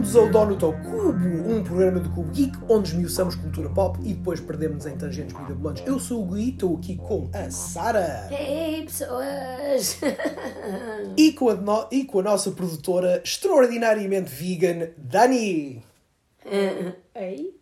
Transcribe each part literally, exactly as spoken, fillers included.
Bem-vindos ao Donut ao Cubo, um programa do Cubo Geek onde esmiuçamos cultura pop e depois perdemos em tangentes mirabolantes. Eu sou o Gui e estou aqui com a Sara. Ei, pessoas! E com, a no... e com a nossa produtora extraordinariamente vegan, Dani. Ei?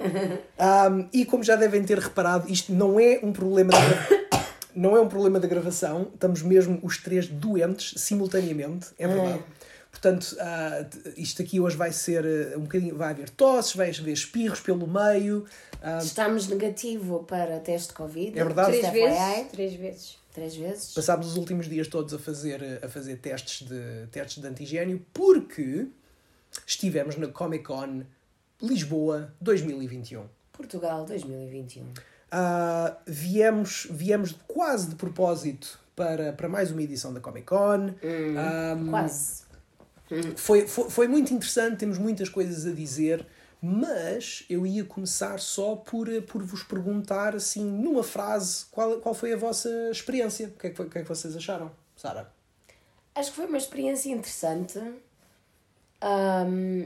Um, e como já devem ter reparado, isto não é um problema da gra... não é um problema da gravação. Estamos mesmo os três doentes simultaneamente, é verdade. Portanto, uh, isto aqui hoje vai ser uh, um bocadinho, vai haver tosses, vai haver espirros pelo meio. Uh, Estamos negativo para teste de Covid. É verdade? Três vezes. Três vezes. Três vezes. Passámos os últimos dias todos a fazer, a fazer testes, de, testes de antigénio porque estivemos na Comic Con Lisboa dois mil e vinte e um. Portugal dois mil e vinte e um. Uh, viemos, viemos quase de propósito para, para mais uma edição da Comic Con. Hum, um, quase. Hum. Foi, foi, foi muito interessante, temos muitas coisas a dizer, mas eu ia começar só por, por vos perguntar, assim, numa frase, qual, qual foi a vossa experiência? O que é que, foi, o que é que vocês acharam, Sara? Acho que foi uma experiência interessante. Um,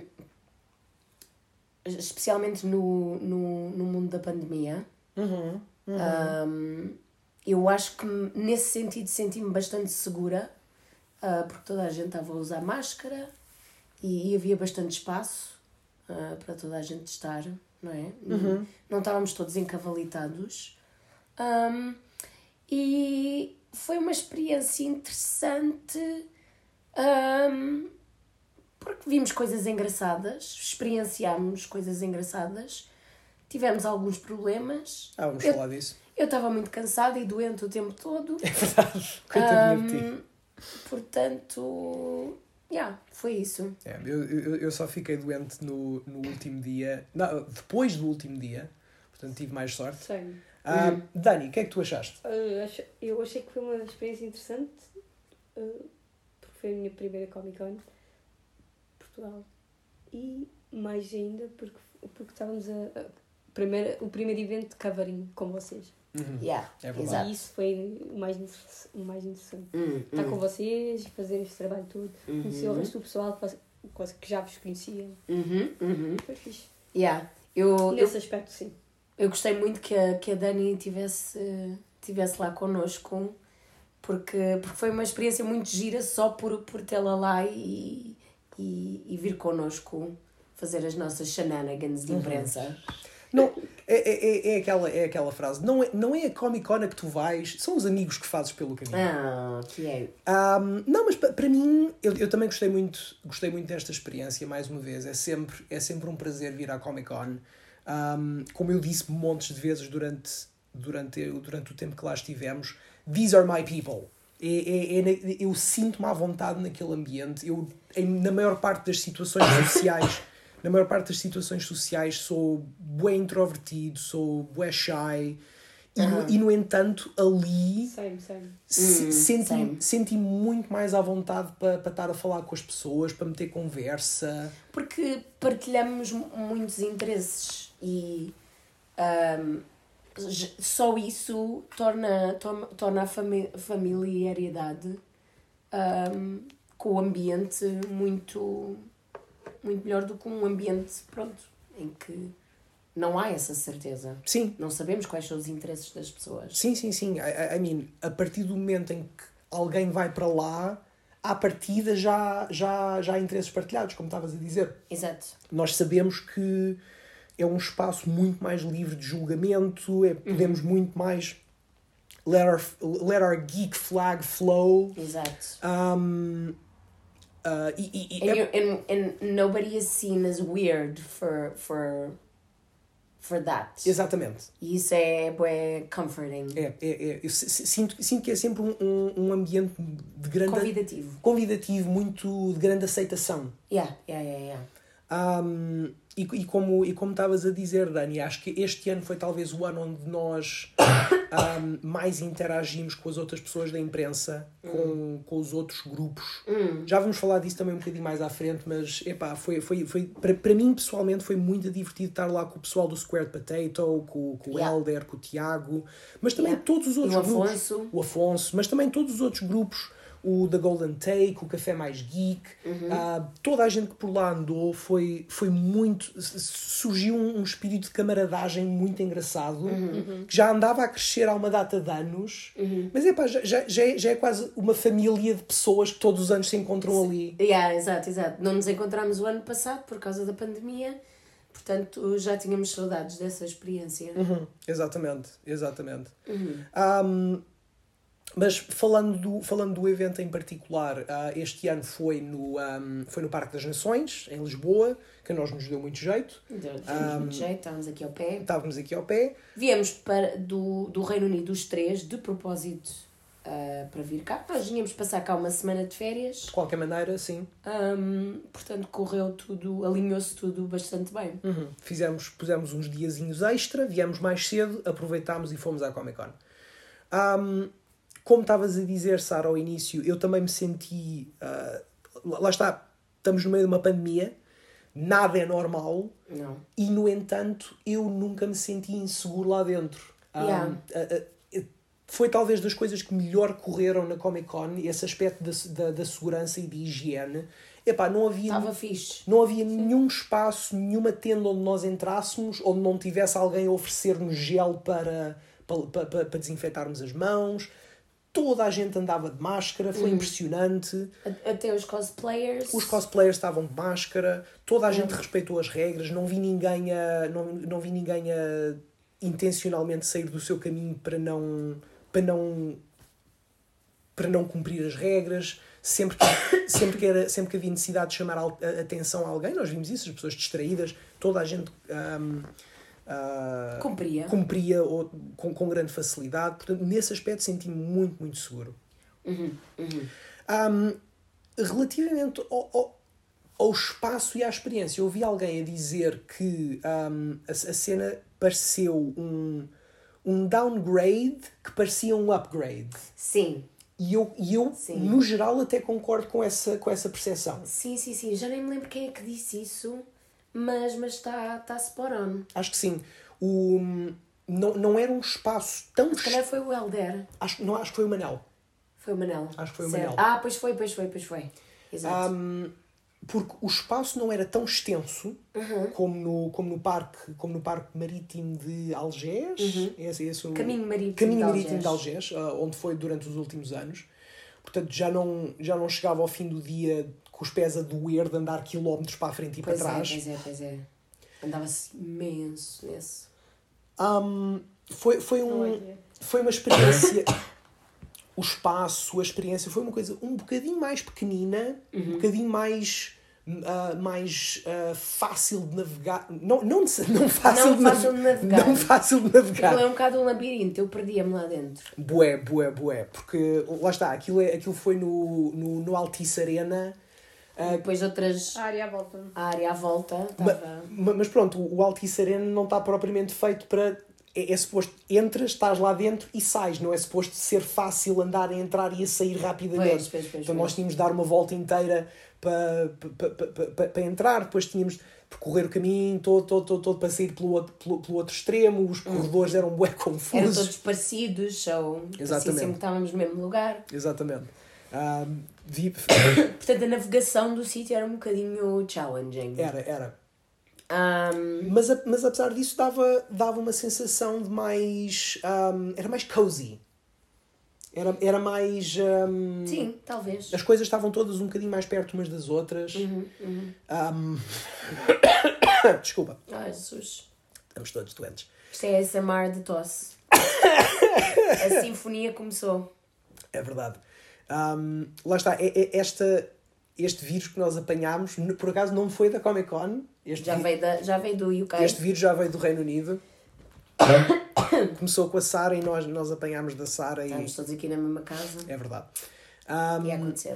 especialmente no, no, no mundo da pandemia. Uhum, uhum. Um, eu acho que nesse sentido senti-me bastante segura, uh, porque toda a gente estava a usar máscara e, e havia bastante espaço uh, para toda a gente estar, não é? Uhum. Não estávamos todos encavalitados. Um, e foi uma experiência interessante, um, porque vimos coisas engraçadas, experienciámos coisas engraçadas, tivemos alguns problemas. Ah, vamos eu, falar disso. Eu estava muito cansada e doente o tempo todo. É verdade, coitadinha de ti. Portanto, yeah, foi isso. É, eu, eu, eu só fiquei doente no, no último dia, não, depois do último dia, portanto tive mais sorte. Sim. Ah, Hum. Dani, o que é que tu achaste? Uh, acho, eu achei que foi uma experiência interessante, uh, porque foi a minha primeira Comic Con Portugal. E mais ainda porque, porque estávamos a, a primeira, o primeiro evento de covering com vocês. Uhum. Yeah, É verdade. exato. E isso foi o mais, interess- o mais interessante. Hum, Estar hum. com vocês, fazer este trabalho todo, Uhum. conhecer o resto do pessoal que, vos- que já vos conhecia. Uhum, uhum. Foi fixe. Yeah. Eu, eu, Nesse aspecto, sim. eu gostei muito que a, que a Dani tivesse, tivesse lá connosco, porque, porque foi uma experiência muito gira só por, por tê-la lá e, e, e vir connosco fazer as nossas shenanigans de imprensa. Não, é, é, é, aquela, é aquela frase, não é, não é a Comic Con a que tu vais, são os amigos que fazes pelo caminho. Ah, que é. Um, não, mas para mim, eu, eu também gostei muito, gostei muito desta experiência, mais uma vez, é sempre, é sempre um prazer vir à Comic Con. Um, como eu disse montes de vezes durante, durante, durante o tempo que lá estivemos, these are my people. É, é, é, eu sinto-me à vontade naquele ambiente. Eu, em, na maior parte das situações sociais, na maior parte das situações sociais sou bué introvertido, sou bué shy. E, Uhum. no, e no entanto, ali Same, same. se- Hum, senti, same. senti muito mais à vontade para, para estar a falar com as pessoas, para meter conversa. Porque partilhamos mu- muitos interesses e ahm, j- só isso torna, torna, torna a fami- familiaridade ahm, com o ambiente muito, muito melhor do que um ambiente, pronto, em que não há essa certeza. Sim, Não sabemos quais são os interesses das pessoas. sim, sim, sim. I, I mean, a partir do momento em que alguém vai para lá, à partida já, já, já há interesses partilhados, como estavas a dizer. Exato. Nós sabemos que é um espaço muito mais livre de julgamento, é, podemos muito mais let our, let our geek flag flow. Exato. Um, uh, e, e- e And, é- you, and, and nobody is seen as weird for, for, for that. exatamente. E isso é bué comforting. É, é, é. Eu si- si- sinto, sinto que é sempre um, um, um ambiente de grande Convidativo. convidativo, muito de grande aceitação. Yeah, yeah, yeah, yeah. Um, e, e como e como estavas a dizer, Dani, acho que este ano foi talvez o ano onde nós um, mais interagimos com as outras pessoas da imprensa, com, com os outros grupos. Hum. Já vamos falar disso também um bocadinho mais à frente, mas epá, foi, foi, foi, para, para mim pessoalmente foi muito divertido estar lá com o pessoal do Squared Potato, com, com o Yeah. Helder, com o Tiago, mas também Yeah. todos os E outros o grupos. Afonso. O Afonso, mas também todos os outros grupos. o The Golden Take, o Café Mais Geek, Uhum. uh, toda a gente que por lá andou foi, foi muito... Surgiu um, um espírito de camaradagem muito engraçado, Uhum. que já andava a crescer há uma data de anos, Uhum. mas epá, já, já, já, é, já é quase uma família de pessoas que todos os anos se encontram ali. Yeah, exato, exato. Não nos encontramos o ano passado por causa da pandemia, portanto já tínhamos saudades dessa experiência. Uhum, exatamente, exatamente. Uhum. Um, mas falando do, falando do evento em particular, uh, este ano foi no, um, foi no Parque das Nações, em Lisboa, que a nós nos deu muito jeito. Deu Um, muito jeito, estávamos aqui ao pé. Estávamos aqui ao pé. Viemos para, do, do Reino Unido os três, de propósito, uh, para vir cá. Nós vínhamos passar cá uma semana de férias. De qualquer maneira, sim. Um, portanto, correu tudo, alinhou-se tudo bastante bem. Uhum. Fizemos, pusemos uns diazinhos extra, viemos mais cedo, aproveitámos e fomos à Comic Con. Um, como estavas a dizer, Sara, ao início, eu também me senti... Uh, lá está, estamos no meio de uma pandemia, nada é normal, Não. e, no entanto, eu nunca me senti inseguro lá dentro. Yeah. Um, uh, uh, foi talvez das coisas que melhor correram na Comic Con, esse aspecto da, da, da segurança e de higiene. Epá, não havia... Estava fixe. Não havia nenhum espaço, nenhuma tenda onde nós entrássemos, onde não tivesse alguém a oferecer-nos gel para, para, para, para desinfetarmos as mãos. Toda a gente andava de máscara, foi Uhum. impressionante. Até os cosplayers. Os cosplayers estavam de máscara, toda a Uhum. gente respeitou as regras, não vi ninguém a, não, não vi ninguém a intencionalmente sair do seu caminho para não, para não, para não cumprir as regras. Sempre que, sempre, que era, sempre que havia necessidade de chamar a atenção a alguém, nós vimos isso, as pessoas distraídas, toda a gente um, uh, Cumpria. cumpria ou, com, com grande facilidade. Portanto, nesse aspecto senti-me muito, muito seguro. Uhum. Uhum. Um, relativamente ao, ao, ao espaço e à experiência, eu ouvi alguém a dizer que um, a, a cena pareceu um, um downgrade que parecia um upgrade. Sim. E eu, e eu Sim. no geral, até concordo com essa, com essa percepção. Sim, sim, sim. Já nem me lembro quem é que disse isso, mas mas está tá spot on. Acho que sim. O, não, não era um espaço tão... Se calhar foi o Helder. Acho, não, acho que foi o Manel. Foi o Manel. Acho que foi o Certo. Manel. Ah, pois foi, pois foi, pois foi. Exato. Um, porque o espaço não era tão extenso Uhum. como, no, como, no parque, como no Parque Marítimo de Algés. Uhum. Esse, esse, o Caminho Marítimo Caminho de Marítimo de Algés. Algés, uh, onde foi durante os últimos anos. Portanto, já não, já não chegava ao fim do dia com os pés a doer de andar quilómetros para a frente e Pois para é, trás. pois é, pois é. Andava-se imenso nesse. Um, foi, foi, Não é um, que é. foi uma experiência... O espaço, a experiência foi uma coisa um bocadinho mais pequenina, Uhum. um bocadinho mais, uh, mais uh, fácil de navegar. Não, não, não fácil, Não de, fácil nav- de navegar. Não fácil de Aquilo navegar. é um bocado um labirinto, eu perdia-me lá dentro. Bué, bué, bué. Porque lá está, aquilo, é, aquilo foi no, no, no Altice Arena. E depois outras. A área à volta. A área à volta Ma- estava. ma- Mas pronto, o Altice Arena não está propriamente feito para... É, é suposto, entras, estás lá dentro e sais. Não é suposto ser fácil andar a entrar e a sair rapidamente. Pois, pois, pois, Então pois. nós tínhamos de dar uma volta inteira para, para, para, para, para entrar. Depois tínhamos de percorrer o caminho todo, todo, todo, todo para sair pelo outro, pelo, pelo outro extremo. Os corredores eram bué Eram confusos. todos parecidos, ou parecia Exatamente. sempre que estávamos no mesmo lugar. Exatamente. Ah, vi- Portanto, a navegação do sítio era um bocadinho challenging. Era, era. Um, Mas, a- mas apesar disso dava, dava uma sensação de mais... ahm, era mais cozy. Era, era mais... ahm, sim, talvez. as coisas estavam todas um bocadinho mais perto umas das outras. Uhum, uhum. Ahm, Desculpa, Ai, Jesus. estamos todos doentes. Isto é S M R de tosse. A sinfonia começou. É verdade. Ahm, lá está, é, é esta, este vírus que nós apanhámos, n- por acaso não foi da Comic Con. Este, Já vi- veio, da, já veio do U K. este vírus já veio do Reino Unido. Começou com a Sara e nós, nós apanhámos da Sara e... Estamos todos aqui na mesma casa. É verdade. Ahm, E a acontecer.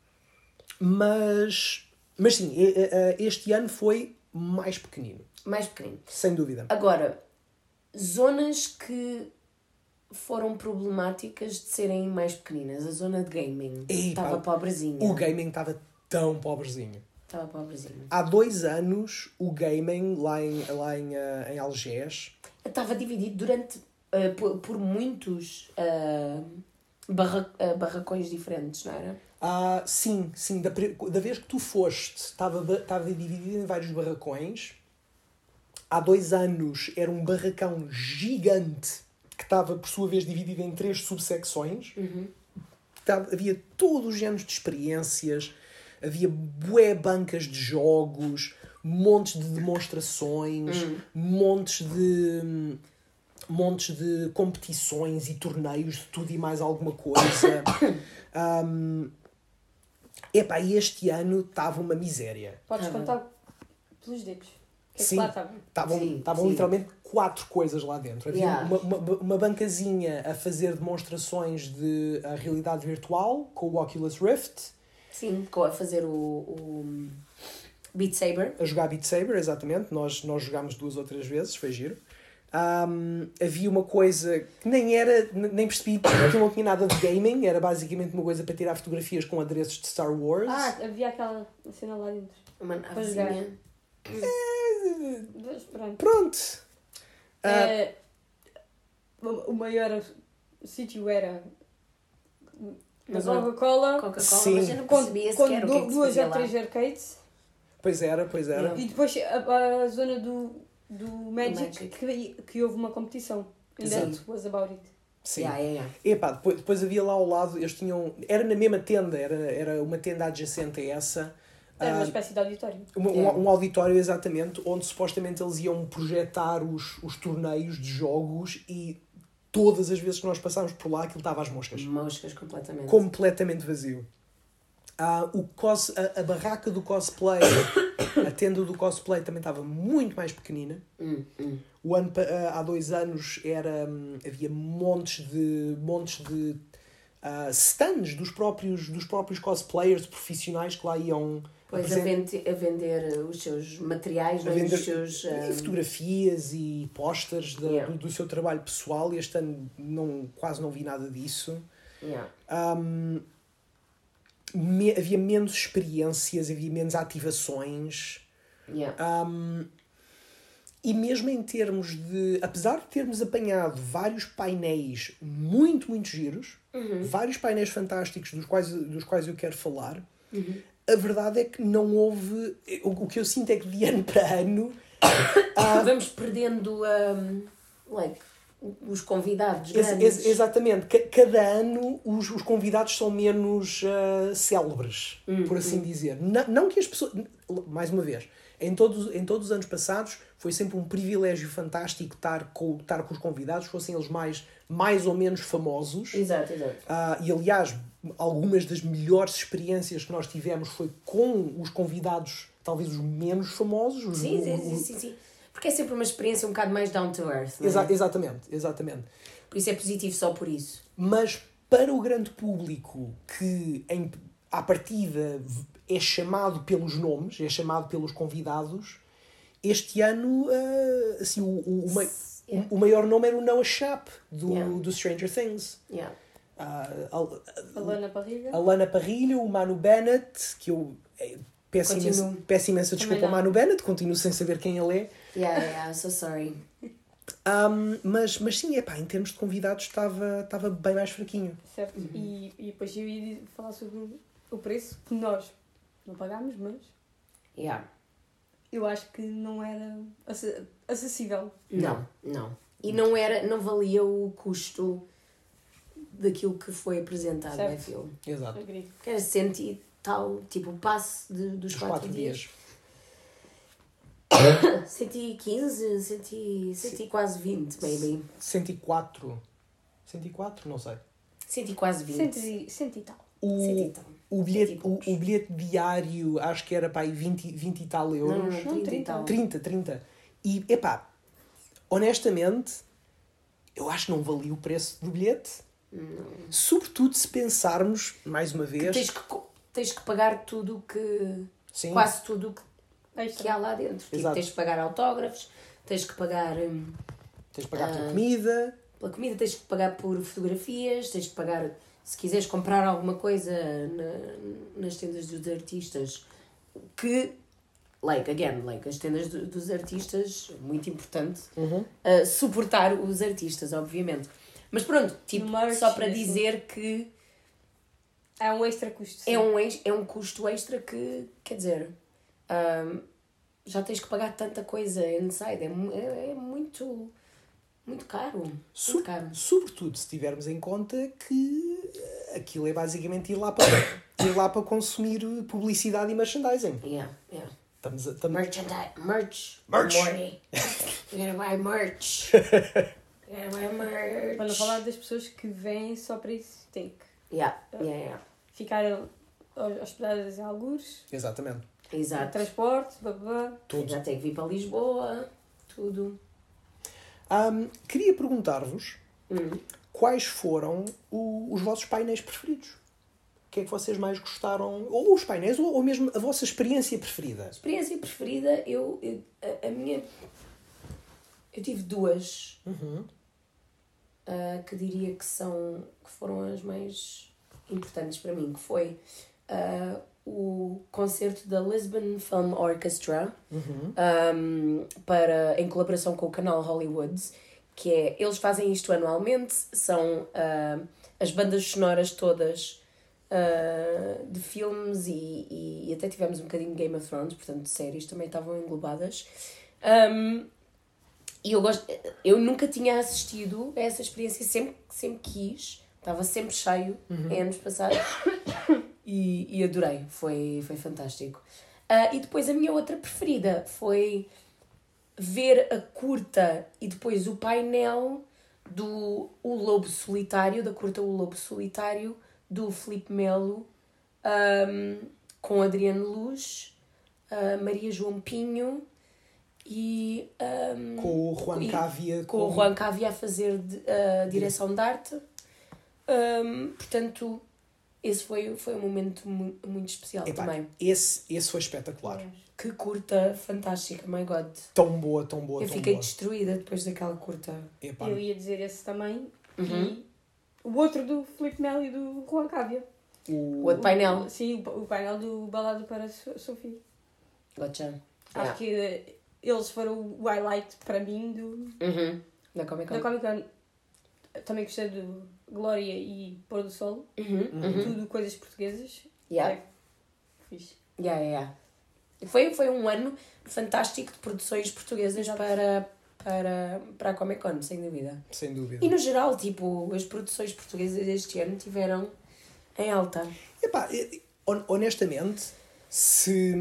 mas, mas sim, e- e- este ano foi mais pequenino. Mais pequenino. Sem dúvida. Agora, zonas que foram problemáticas de serem mais pequeninas. A zona de gaming. Ei, Estava pá, pobrezinha. O gaming estava tão pobrezinho. Estava pobrezinha. Há dois anos, o gaming lá em, lá em, eh, em Algés... Estava dividido durante... uh, por, por muitos... uh, Barra, uh, barracões diferentes, não era? Ah, sim, sim. Da, da vez que tu foste, estava, estava dividido em vários barracões. Há dois anos era um barracão gigante que estava, por sua vez, dividido em três subsecções. Uhum. Estava, havia todos os géneros de experiências, havia bué bancas de jogos, montes de demonstrações, Uhum. montes de... montes de competições e torneios de tudo e mais alguma coisa. um, epá, e este ano estava uma miséria. Podes Ah, contar pelos dedos. O que é que Sim. lá estava? Estavam, Sim, estavam sim. literalmente quatro coisas lá dentro. Havia Yeah. uma, uma, uma bancazinha a fazer demonstrações de a realidade virtual com o Oculus Rift. Sim, com a fazer o, o Beat Saber. A jogar Beat Saber, exatamente. Nós, nós jogámos duas ou três vezes, foi giro. Um, havia uma coisa que nem era, nem percebi porque não tinha nada de gaming, era basicamente uma coisa para tirar fotografias com adereços de Star Wars. Ah, havia aquela cena lá dentro. Uma Para jogar. navezinha. Mas pronto. Pronto. Ah, É, o o maior sítio era na Mas a Coca-Cola, Coca-Cola, Sim. mas eu não com, percebia com sequer o que é que se duas fazia ou lá. três arcades, pois era, pois era. Yeah. e depois a, a zona do, do Magic, Magic. Que, que houve uma competição. And Exato. that was about it. Sim. Yeah, yeah, yeah. Epá, depois, depois havia lá ao lado, eles tinham. Era na mesma tenda, era, era uma tenda adjacente a essa. Era uma ah, espécie de auditório. Um, um- Yeah. um auditório, exatamente, onde supostamente eles iam projetar os, os torneios de jogos e todas as vezes que nós passámos por lá aquilo estava às moscas. Moscas completamente. Completamente vazio. Ah, o cos, a, a barraca do cosplay, a tenda do cosplay também estava muito mais pequenina. Hum, hum. O ano, pa- ah, há dois anos era, hum, havia montes de, montes de ah, stands dos próprios, dos próprios cosplayers profissionais que lá iam Pois a, apresen- vende, a vender os seus materiais, a não é? vender Os seus. e ah, fotografias e posters da- Yeah. do, do seu trabalho pessoal. Este ano não, quase não vi nada disso. yeah. Um, me- havia menos experiências, havia menos ativações. Yeah. Um, e mesmo em termos de... Apesar de termos apanhado vários painéis muito, muito giros, Uhum. vários painéis fantásticos dos quais, dos quais eu quero falar, Uhum. a verdade é que não houve... O, o que eu sinto é que de ano para ano... ah, Vamos perdendo um, like, os convidados Ex- grandes. ex- exatamente. Ca- Cada ano os, os convidados são menos ah, célebres, Hum, por assim dizer. Não, não que as pessoas... Mais uma vez, em todos, em todos os anos passados foi sempre um privilégio fantástico estar com, estar com os convidados, fossem eles mais, mais ou menos famosos. Exato, exato. Ah, e aliás, algumas das melhores experiências que nós tivemos foi com os convidados, talvez os menos famosos. Os, Sim, sim, os- sim, sim, sim. Porque é sempre uma experiência um bocado mais down to earth, não é? Exa- exatamente, exatamente. Por isso é positivo só por isso. Mas para o grande público que em, à partida é chamado pelos nomes, é chamado pelos convidados, este ano ah, assim, o, o, o, mai- Yeah. o maior nome era o Noah Schnapp, do, Yeah. do Stranger Things. Yeah. Ah, a, A Lana Parrilha. a Lana Parrilha, o Manu Bennett, que eu eh, peço, Continuo. imensa, peço imensa Também desculpa ao não. Manu Bennett, continuo sem saber quem ele é. Yeah, yeah, so sorry. Um, mas, mas sim, epá, em termos de convidados estava, estava bem mais fraquinho. Certo? E, e depois eu ia falar sobre o- o preço que nós não pagámos, mas Yeah. eu acho que não era ac- acessível. Não, não. E não, era, não valia o custo daquilo que foi apresentado Certo. no filme. Exato. Acredito. Que era cento e tal, tipo, o passe de, dos Dos quatro, quatro dias. dias. cento e quinze, cento e, cento e quase vinte, maybe. cento e quatro. cento e quatro? Não sei. cento e quase vinte. Cento e, cento e tal. cento e O, tal. o, bilhete, cento e o, poucos. o bilhete diário acho que era para aí vinte, vinte e tal euros. Não, não, trinta e trinta. tal. trinta, trinta. E, epá, honestamente, eu acho que não valia o preço do bilhete. Sobretudo se pensarmos, mais uma vez... Tens que, co- tens que pagar tudo o que... Sim, Quase tudo o que, que Extra. há lá dentro. Tipo, Exato. tens que pagar autógrafos, tens que pagar hum, tens de pagar pela Ah. comida. pela comida, tens que pagar por fotografias, tens que pagar... Se quiseres comprar alguma coisa na, nas tendas dos artistas, que... Like, again, like, as tendas do- dos artistas, muito importante. Uhum. Uh, suportar os artistas, obviamente. Mas pronto, tipo, merch, só para assim. dizer que É um extra custo. Sim. é um, ex- é um custo extra que, quer dizer, um, já tens que pagar tanta coisa inside. É, mu- é, é muito, muito caro. Muito So- caro. Sobretudo se tivermos em conta que eh, aquilo é basicamente ir lá para, ir lá para consumir publicidade e merchandising. Yeah, yeah. Estamos a, estamos... Merchandise, merch. Merch. Morty. You gotta buy merch. You gotta buy merch. Para não falar das pessoas que vêm só para isso, tem que Yeah, yeah, yeah. ficar hospedadas em algures, Exatamente. Exato. transporte, babá. Tudo. Já tem que vir para Lisboa, tudo. Ahm, queria perguntar-vos Hum. quais foram o- os vossos painéis preferidos. O que é que vocês mais gostaram? Ou os painéis, ou, ou mesmo a vossa experiência preferida. Experiência preferida, eu, eu- a, a minha. Eu tive duas Uhum. ah, que diria que são que foram as mais importantes para mim, que foi ah, o concerto da Lisbon Film Orchestra Uhum. um, para, em colaboração com o canal Hollywood, que é, eles fazem isto anualmente, são ah, as bandas sonoras todas ah, de filmes e, e até tivemos um bocadinho de Game of Thrones, portanto séries também estavam englobadas. Um, e eu gosto, eu nunca tinha assistido a essa experiência, sempre, sempre quis, estava sempre cheio em anos passados e, e adorei, foi, foi fantástico. Ah, e depois a minha outra preferida foi ver a curta e depois o painel do O Lobo Solitário, da curta O Lobo Solitário, do Filipe Melo, um, com Adriano Luz, ah, Maria João Pinho e um, Com o Juan e- Cávia. com o Juan Cávia a fazer de- a direção de arte. Um, portanto, esse foi, foi um momento mu- muito especial Epá, também. Esse, esse foi espetacular. Que curta fantástica, my God. Tão boa, tão boa, Eu tão fiquei boa. destruída depois daquela curta. Epá, Eu ia dizer esse também. Uhum. E o outro do Filipe Melo e do Juan Cávia. o... O outro painel. O- sim, o, o painel do Balado para So- Sofia. Gotcha. Acho que eh, eles foram o highlight para mim do, Uhum. Da Comic Con. da Comic Con. Também gostei do Glória e Pôr do Sol. Uhum. Uhum. Tudo coisas portuguesas. Yeah. É fixe. Yeah, yeah, yeah. Foi, foi um ano fantástico de produções portuguesas Exato. para, para, para a Comic Con, sem dúvida. Sem dúvida. E no geral, tipo, as produções portuguesas este ano tiveram em alta. Epá, eh, hon- honestamente, se,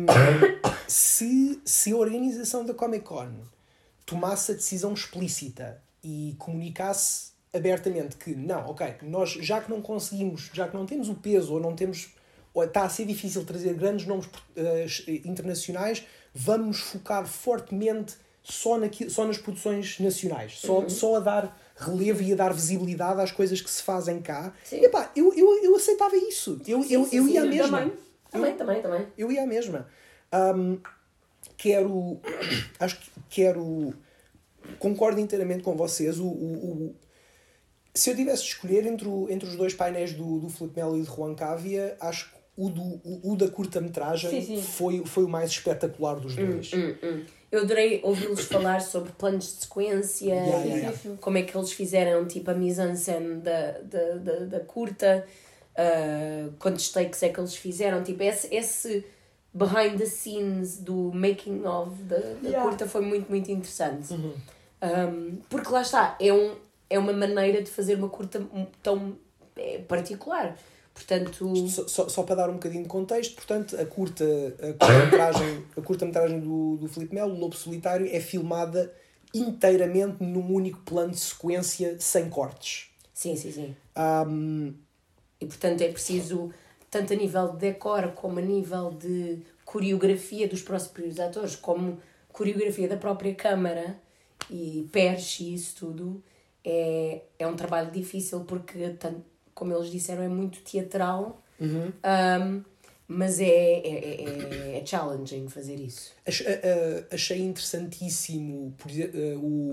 se, se a organização da Comic Con tomasse a decisão explícita e comunicasse abertamente que não, ok, nós já que não conseguimos, já que não temos o peso ou não temos, ou está a ser difícil trazer grandes nomes eh, internacionais, vamos focar fortemente só, naqui, só nas produções nacionais, só, só a dar relevo e a dar visibilidade às coisas que se fazem cá. Sim. Epá, eu, eu, eu aceitava isso. Eu, Sim, eu, sim, eu sim, ia à eu mesma. também. Também, também, também. Eu ia à mesma. Um, quero. Acho que quero. Concordo inteiramente com vocês. O, o, o- se eu tivesse de escolher entre, o, entre os dois painéis do, do Filipe Melo e de Juan Cávia, acho que o, do, o, o da curta-metragem Sim, sim. foi, foi o mais espetacular dos dois. Hum, hum. Eu adorei ouvi-los falar sobre planos de sequência Yeah, e yeah, yeah. como é que eles fizeram tipo a mise-en-scène da, da, da, da curta, uh, quantos takes é que eles fizeram, tipo esse, esse behind the scenes do making of da, da Yeah. curta foi muito, muito interessante. Uhum. Um, porque lá está, é, um, é uma maneira de fazer uma curta tão é, particular. Portanto, Só, só, só para dar um bocadinho de contexto, portanto, a curta a curta-metragem a curta-metragem do, do Filipe Melo, O Lobo Solitário, é filmada inteiramente num único plano de sequência, sem cortes. sim, sim, sim. Um, E portanto é preciso, tanto a nível de decor, como a nível de coreografia dos próprios atores, como coreografia da própria câmara e perche e isso tudo, é, é um trabalho difícil porque, tanto, como eles disseram, é muito teatral, uhum. um, mas é, é, é, é challenging fazer isso. Ach- a- a- Achei interessantíssimo por exemplo, o,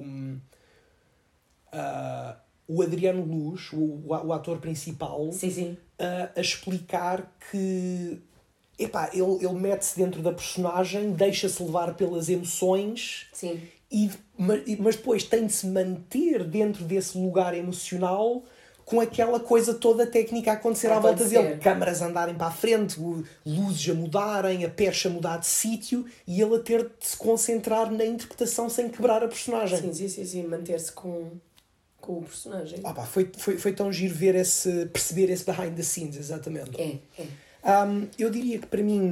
ah, o Adriano Luz, o, o ator principal, Sim, sim. a, a explicar que epá, ele, ele mete-se dentro da personagem, deixa-se levar pelas emoções Sim. e, mas, mas depois tem de se manter dentro desse lugar emocional com aquela coisa toda técnica a acontecer à volta dele. Câmaras a andarem para a frente, luzes a mudarem, a percha a mudar de sítio e ele a ter de se concentrar na interpretação sem quebrar a personagem. Sim, sim, sim, sim. Manter-se com, com o personagem. Ah, pá, foi, foi, foi tão giro ver esse, perceber esse behind the scenes, exatamente. É, é. Um, eu diria que para mim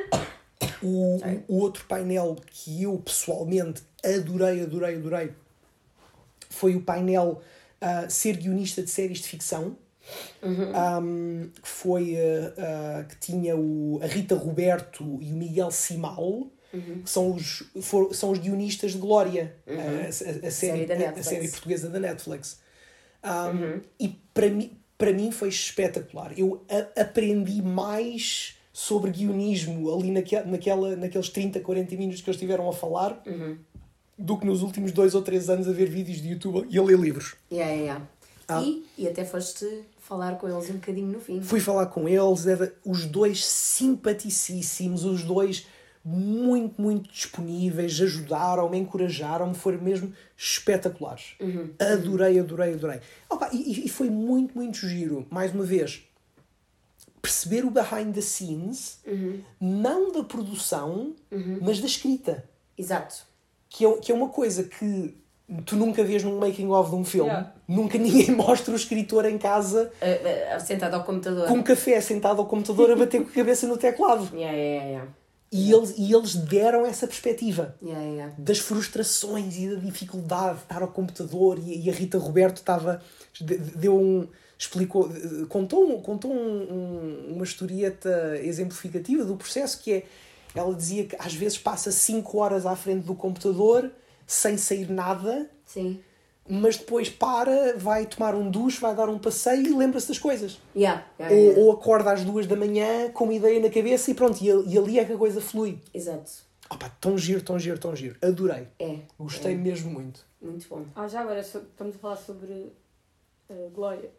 o, o outro painel que eu pessoalmente adorei, adorei, adorei foi o painel Uh, ser guionista de séries de ficção, uhum. um, que foi uh, uh, que tinha o, a Rita Roberto e o Miguel Simal, uhum. que são os, for, são os guionistas de Glória, uhum. uh, a, a, a, série, série a, a série portuguesa da Netflix. Um, uhum. E para mim, para mim foi espetacular. Eu a, aprendi mais sobre guionismo ali naque, naquela, naqueles trinta, quarenta minutos que eles estiveram a falar, uhum. do que nos últimos dois ou três anos a ver vídeos de YouTube e a ler livros. Yeah, yeah. Ah. E, e até foste falar com eles um bocadinho no fim. Fui falar com eles, era, os dois simpaticíssimos, os dois muito, muito disponíveis, ajudaram-me, encorajaram-me, foram mesmo espetaculares. Uhum. Adorei, adorei, adorei. Opa, e, e foi muito, muito giro, mais uma vez, perceber o behind the scenes, uhum. não da produção, uhum. mas da escrita. Exato. Que é, que é uma coisa que tu nunca vês num making of de um filme. Yeah. Nunca ninguém mostra o escritor em casa uh, uh, sentado ao computador, com um café sentado ao computador a bater com a cabeça no teclado. Yeah, yeah, yeah. E, eles, e eles deram essa perspectiva yeah, yeah. das frustrações e da dificuldade de estar ao computador. E, e a Rita Roberto estava, deu um, explicou, contou, contou um, um, uma historieta exemplificativa do processo, que é, ela dizia que às vezes passa cinco horas à frente do computador sem sair nada. Sim. Mas depois para, vai tomar um duche, vai dar um passeio e lembra-se das coisas. Yeah, yeah, ou, yeah. ou acorda às duas da manhã com uma ideia na cabeça e pronto, e, e ali é que a coisa flui. Exato. Opa, tão giro, tão giro, tão giro. Adorei. É. Gostei é. mesmo muito. Muito bom. Ah, já agora estamos a falar sobre uh, Glória.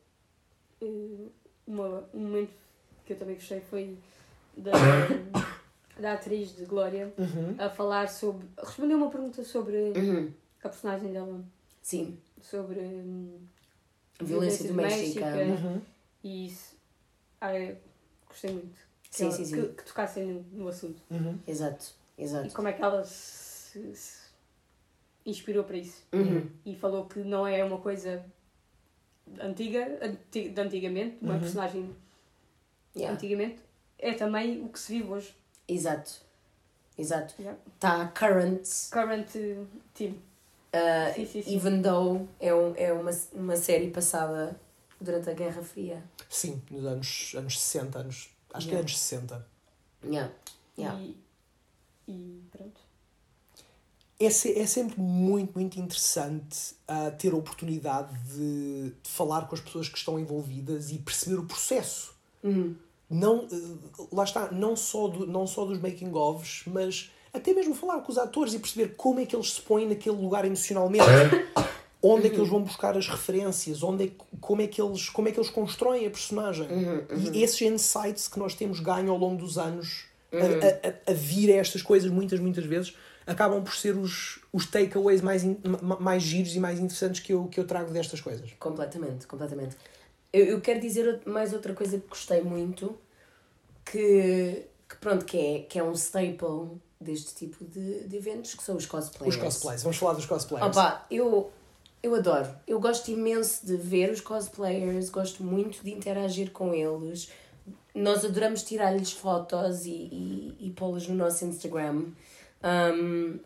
Uh, uma, um momento que eu também gostei foi da, da atriz de Glória, uhum. a falar sobre... Respondeu uma pergunta sobre uhum. a personagem dela. Sim. Sobre hum, violência, violência doméstica. Uhum. E isso. Ah, eu gostei muito. Sim, ela, sim, sim. Que, que tocassem no, no assunto. Uhum. Exato, exato. E como é que ela se, se inspirou para isso. Uhum. E falou que não é uma coisa antiga, antig, de antigamente, uma uhum. personagem yeah. antigamente. É também o que se vive hoje. Exato. Exato. Está yeah. current. Current uh, team. Uh, sim, sim, sim. Even though é, um, é uma, uma série passada durante a Guerra Fria. Sim, nos anos, anos sessenta, anos, acho yeah. que é anos sessenta. Yeah. Yeah. E, e pronto. É, se, é sempre muito, muito interessante uh, ter a oportunidade de, de falar com as pessoas que estão envolvidas e perceber o processo. Uhum. Não, uh, lá está, não só, do, não só dos making-ofs, mas até mesmo falar com os atores e perceber como é que eles se põem naquele lugar emocionalmente. Onde é que eles vão buscar as referências, onde é, como, é que eles, como é que eles constroem a personagem. Uhum, uhum. E esses insights que nós temos ganho ao longo dos anos uhum. a, a, a vir a estas coisas muitas, muitas vezes, acabam por ser os, os takeaways mais, in, mais giros e mais interessantes que eu, que eu trago destas coisas. Completamente, completamente. Eu, eu quero dizer mais outra coisa que gostei muito, que, que pronto, que é, que é um staple deste tipo de, de eventos, que são os cosplayers. Os cosplays, vamos falar dos cosplayers. Opa, eu, eu adoro. Eu gosto imenso de ver os cosplayers, gosto muito de interagir com eles. Nós adoramos tirar-lhes fotos e, e, e pô-las no nosso Instagram. Um,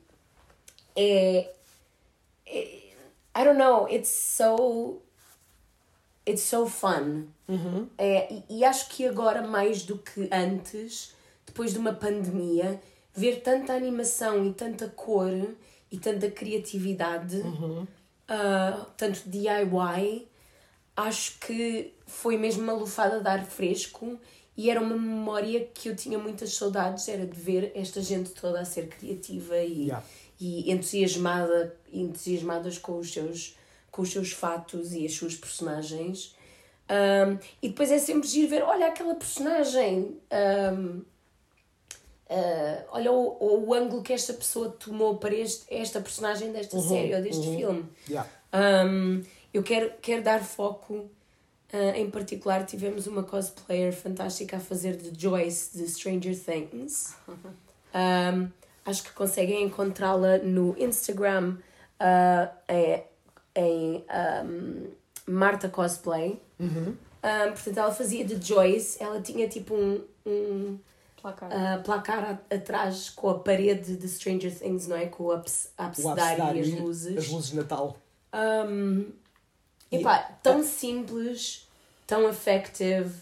é, é... I don't know, it's so... It's so fun. Uhum. É, e, e acho que agora, mais do que antes, depois de uma pandemia, ver tanta animação e tanta cor e tanta criatividade, uhum. uh, tanto D I Y, acho que foi mesmo uma lufada de ar fresco e era uma memória que eu tinha muitas saudades, era de ver esta gente toda a ser criativa e, yeah. e entusiasmada, entusiasmadas com os seus, com os seus fatos e as suas personagens. Um, e depois é sempre giro ver, olha aquela personagem... Um, uh, olha o, o ângulo que esta pessoa tomou para este, esta personagem desta Uhum, série ou deste uhum. filme. Yeah. Um, eu quero, quero dar foco, uh, em particular, tivemos uma cosplayer fantástica a fazer de Joyce de Stranger Things. Um, acho que conseguem encontrá-la no Instagram uh, é, em um, Marta Cosplay. Uhum. Um, portanto, ela fazia de Joyce, ela tinha tipo um, um Placar. uh, placar a, atrás com a parede de Stranger Things, não é? Com o abs- abecedário e as luzes. As luzes de Natal. Um, epá, tão simples, tão effective,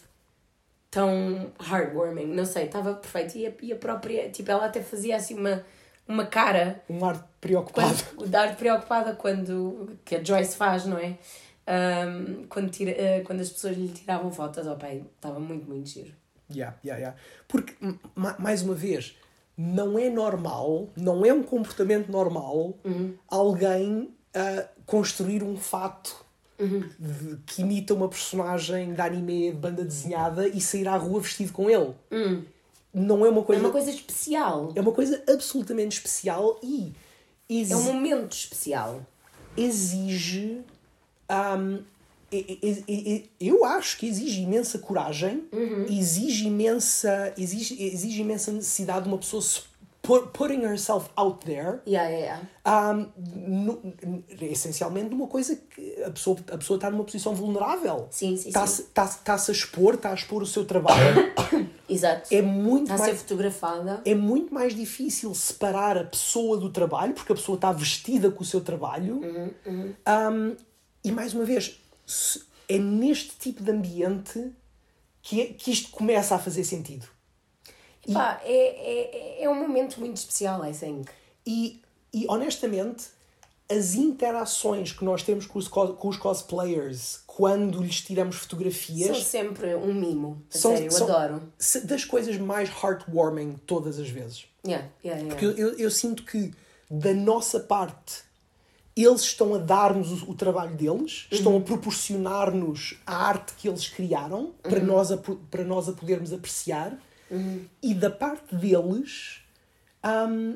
tão heartwarming, não sei, estava perfeito. E a, e a própria, tipo, ela até fazia assim uma, uma cara. Um ar preocupado. Quando, dar preocupada quando. Que a Joyce faz, não é? Um, quando, tira, uh, quando as pessoas lhe tiravam fotos, oh pai, estava muito, muito giro. Yeah, yeah, yeah. Porque, ma- mais uma vez, não é normal, não é um comportamento normal Uhum. alguém uh, construir um fato Uhum. de- que imita uma personagem de anime, de banda desenhada e sair à rua vestido com ele. Uhum. Não é uma É coisa... uma coisa especial. É uma coisa absolutamente especial e exi- É um momento especial. exige... Um, e- e- e- e- eu acho que exige imensa coragem, Uhum. exige imensa exige, exige imensa necessidade de uma pessoa se put, putting herself out there, Yeah, yeah, yeah. um, no, essencialmente numa coisa que a pessoa, a pessoa está numa posição vulnerável, Sim, sim, está-se, sim. está-se, está-se a expor, está a expor o seu trabalho. Exato. É muito Está a ser mais, fotografada. é muito mais difícil separar a pessoa do trabalho, porque a pessoa está vestida com o seu trabalho. Uhum, uhum. Um, e mais uma vez, se- é neste tipo de ambiente que, é- que isto começa a fazer sentido. E, Pá, é, é, é um momento muito especial, I think. e, e honestamente, as interações que nós temos com os, co- com os cosplayers quando lhes tiramos São fotografias sempre um mimo. A São- sério, eu são- adoro. se- das coisas mais heartwarming todas as vezes. Yeah, yeah, yeah. Porque eu, eu, eu sinto que, da nossa parte, eles estão a dar-nos o, o trabalho deles, Uhum. estão a proporcionar-nos a arte que eles criaram para, nós a, po- para nós a podermos apreciar. Uhum. E da parte deles, hum,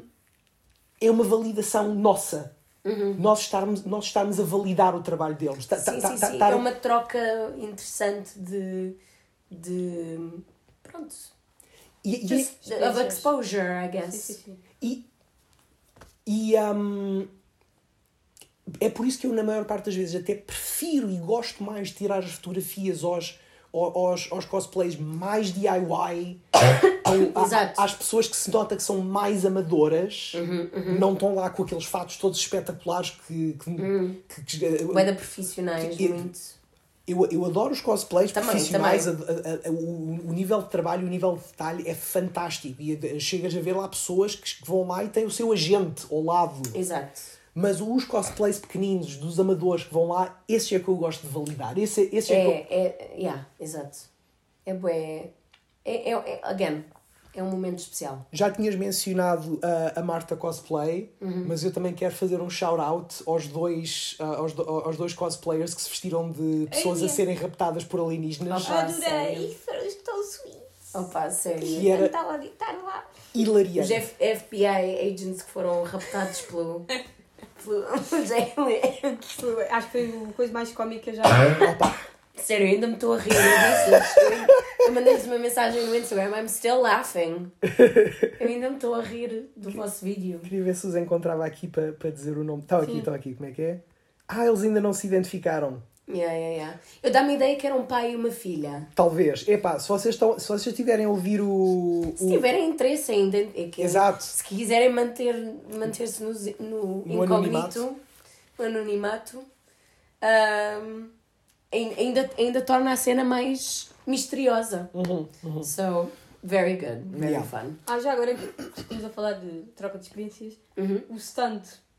é uma validação nossa. Nós, estarmos, nós estarmos a validar o trabalho deles. Tá- Sim, tá- sim, tá- sim. tá- É uma troca interessante de... de... Pronto. e, e, Just of Experiências. exposure, I guess. Sim, sim, sim. E, e hum, é por isso que eu, na maior parte das vezes, até prefiro e gosto mais de tirar as fotografias aos, aos, aos cosplays mais D I Y, ao- a- Exato. às pessoas que se nota que são mais amadoras, Uhum, não estão lá com aqueles fatos todos espetaculares que. que, Uhum. que- que- Bué de profissionais, Que- muito. eu, eu adoro os cosplays Também, profissionais, também. a- a- a- o, o nível de trabalho, o nível de detalhe é fantástico. E a- chegas a ver lá pessoas que, que vão lá e têm o seu agente ao lado. Exato. Mas os cosplays pequeninos dos amadores que vão lá, esses é que eu gosto de validar. Esse, esse é, que eu... É, é, yeah, exato. É bué... É, é, é, again, é um momento especial. Já tinhas mencionado a, a Marta Cosplay, Uhum. mas eu também quero fazer um shout-out aos dois, ah, aos, do- aos dois cosplayers que se vestiram de pessoas a Ai, serem raptadas por alienígenas. Opa, Adorei, sério? foram tão sweet. Opa, sério. Que era Estava a ditar lá. Os hilariante. F- FBI agents que foram raptados pelo... pelo os aliens. Acho que foi a coisa mais cómica já. Opa, Sério, ainda me estou a rir disso. Eu, eu mandei-lhes uma mensagem no Instagram. I'm still laughing. Eu ainda me estou a rir do vosso vídeo. queria ver se os encontrava aqui para para dizer o nome. Estão aqui, Sim. estão aqui. Como é que é? Ah, eles ainda não se identificaram. Yeah, yeah, yeah. Eu dá-me a ideia que era um pai e uma filha. Talvez. Epá, se vocês, estão, se vocês estiverem a ouvir o... Se o- tiverem interesse ainda, é que, Exato. se quiserem manter, manter-se no, no, No anonimato. incógnito, no anonimato, ahm, ai- ainda, ainda torna a cena mais misteriosa. Uhum, uhum. So, very good, very Yeah. fun. Ah, já agora que estamos a falar de troca de experiências, Uhum. o stand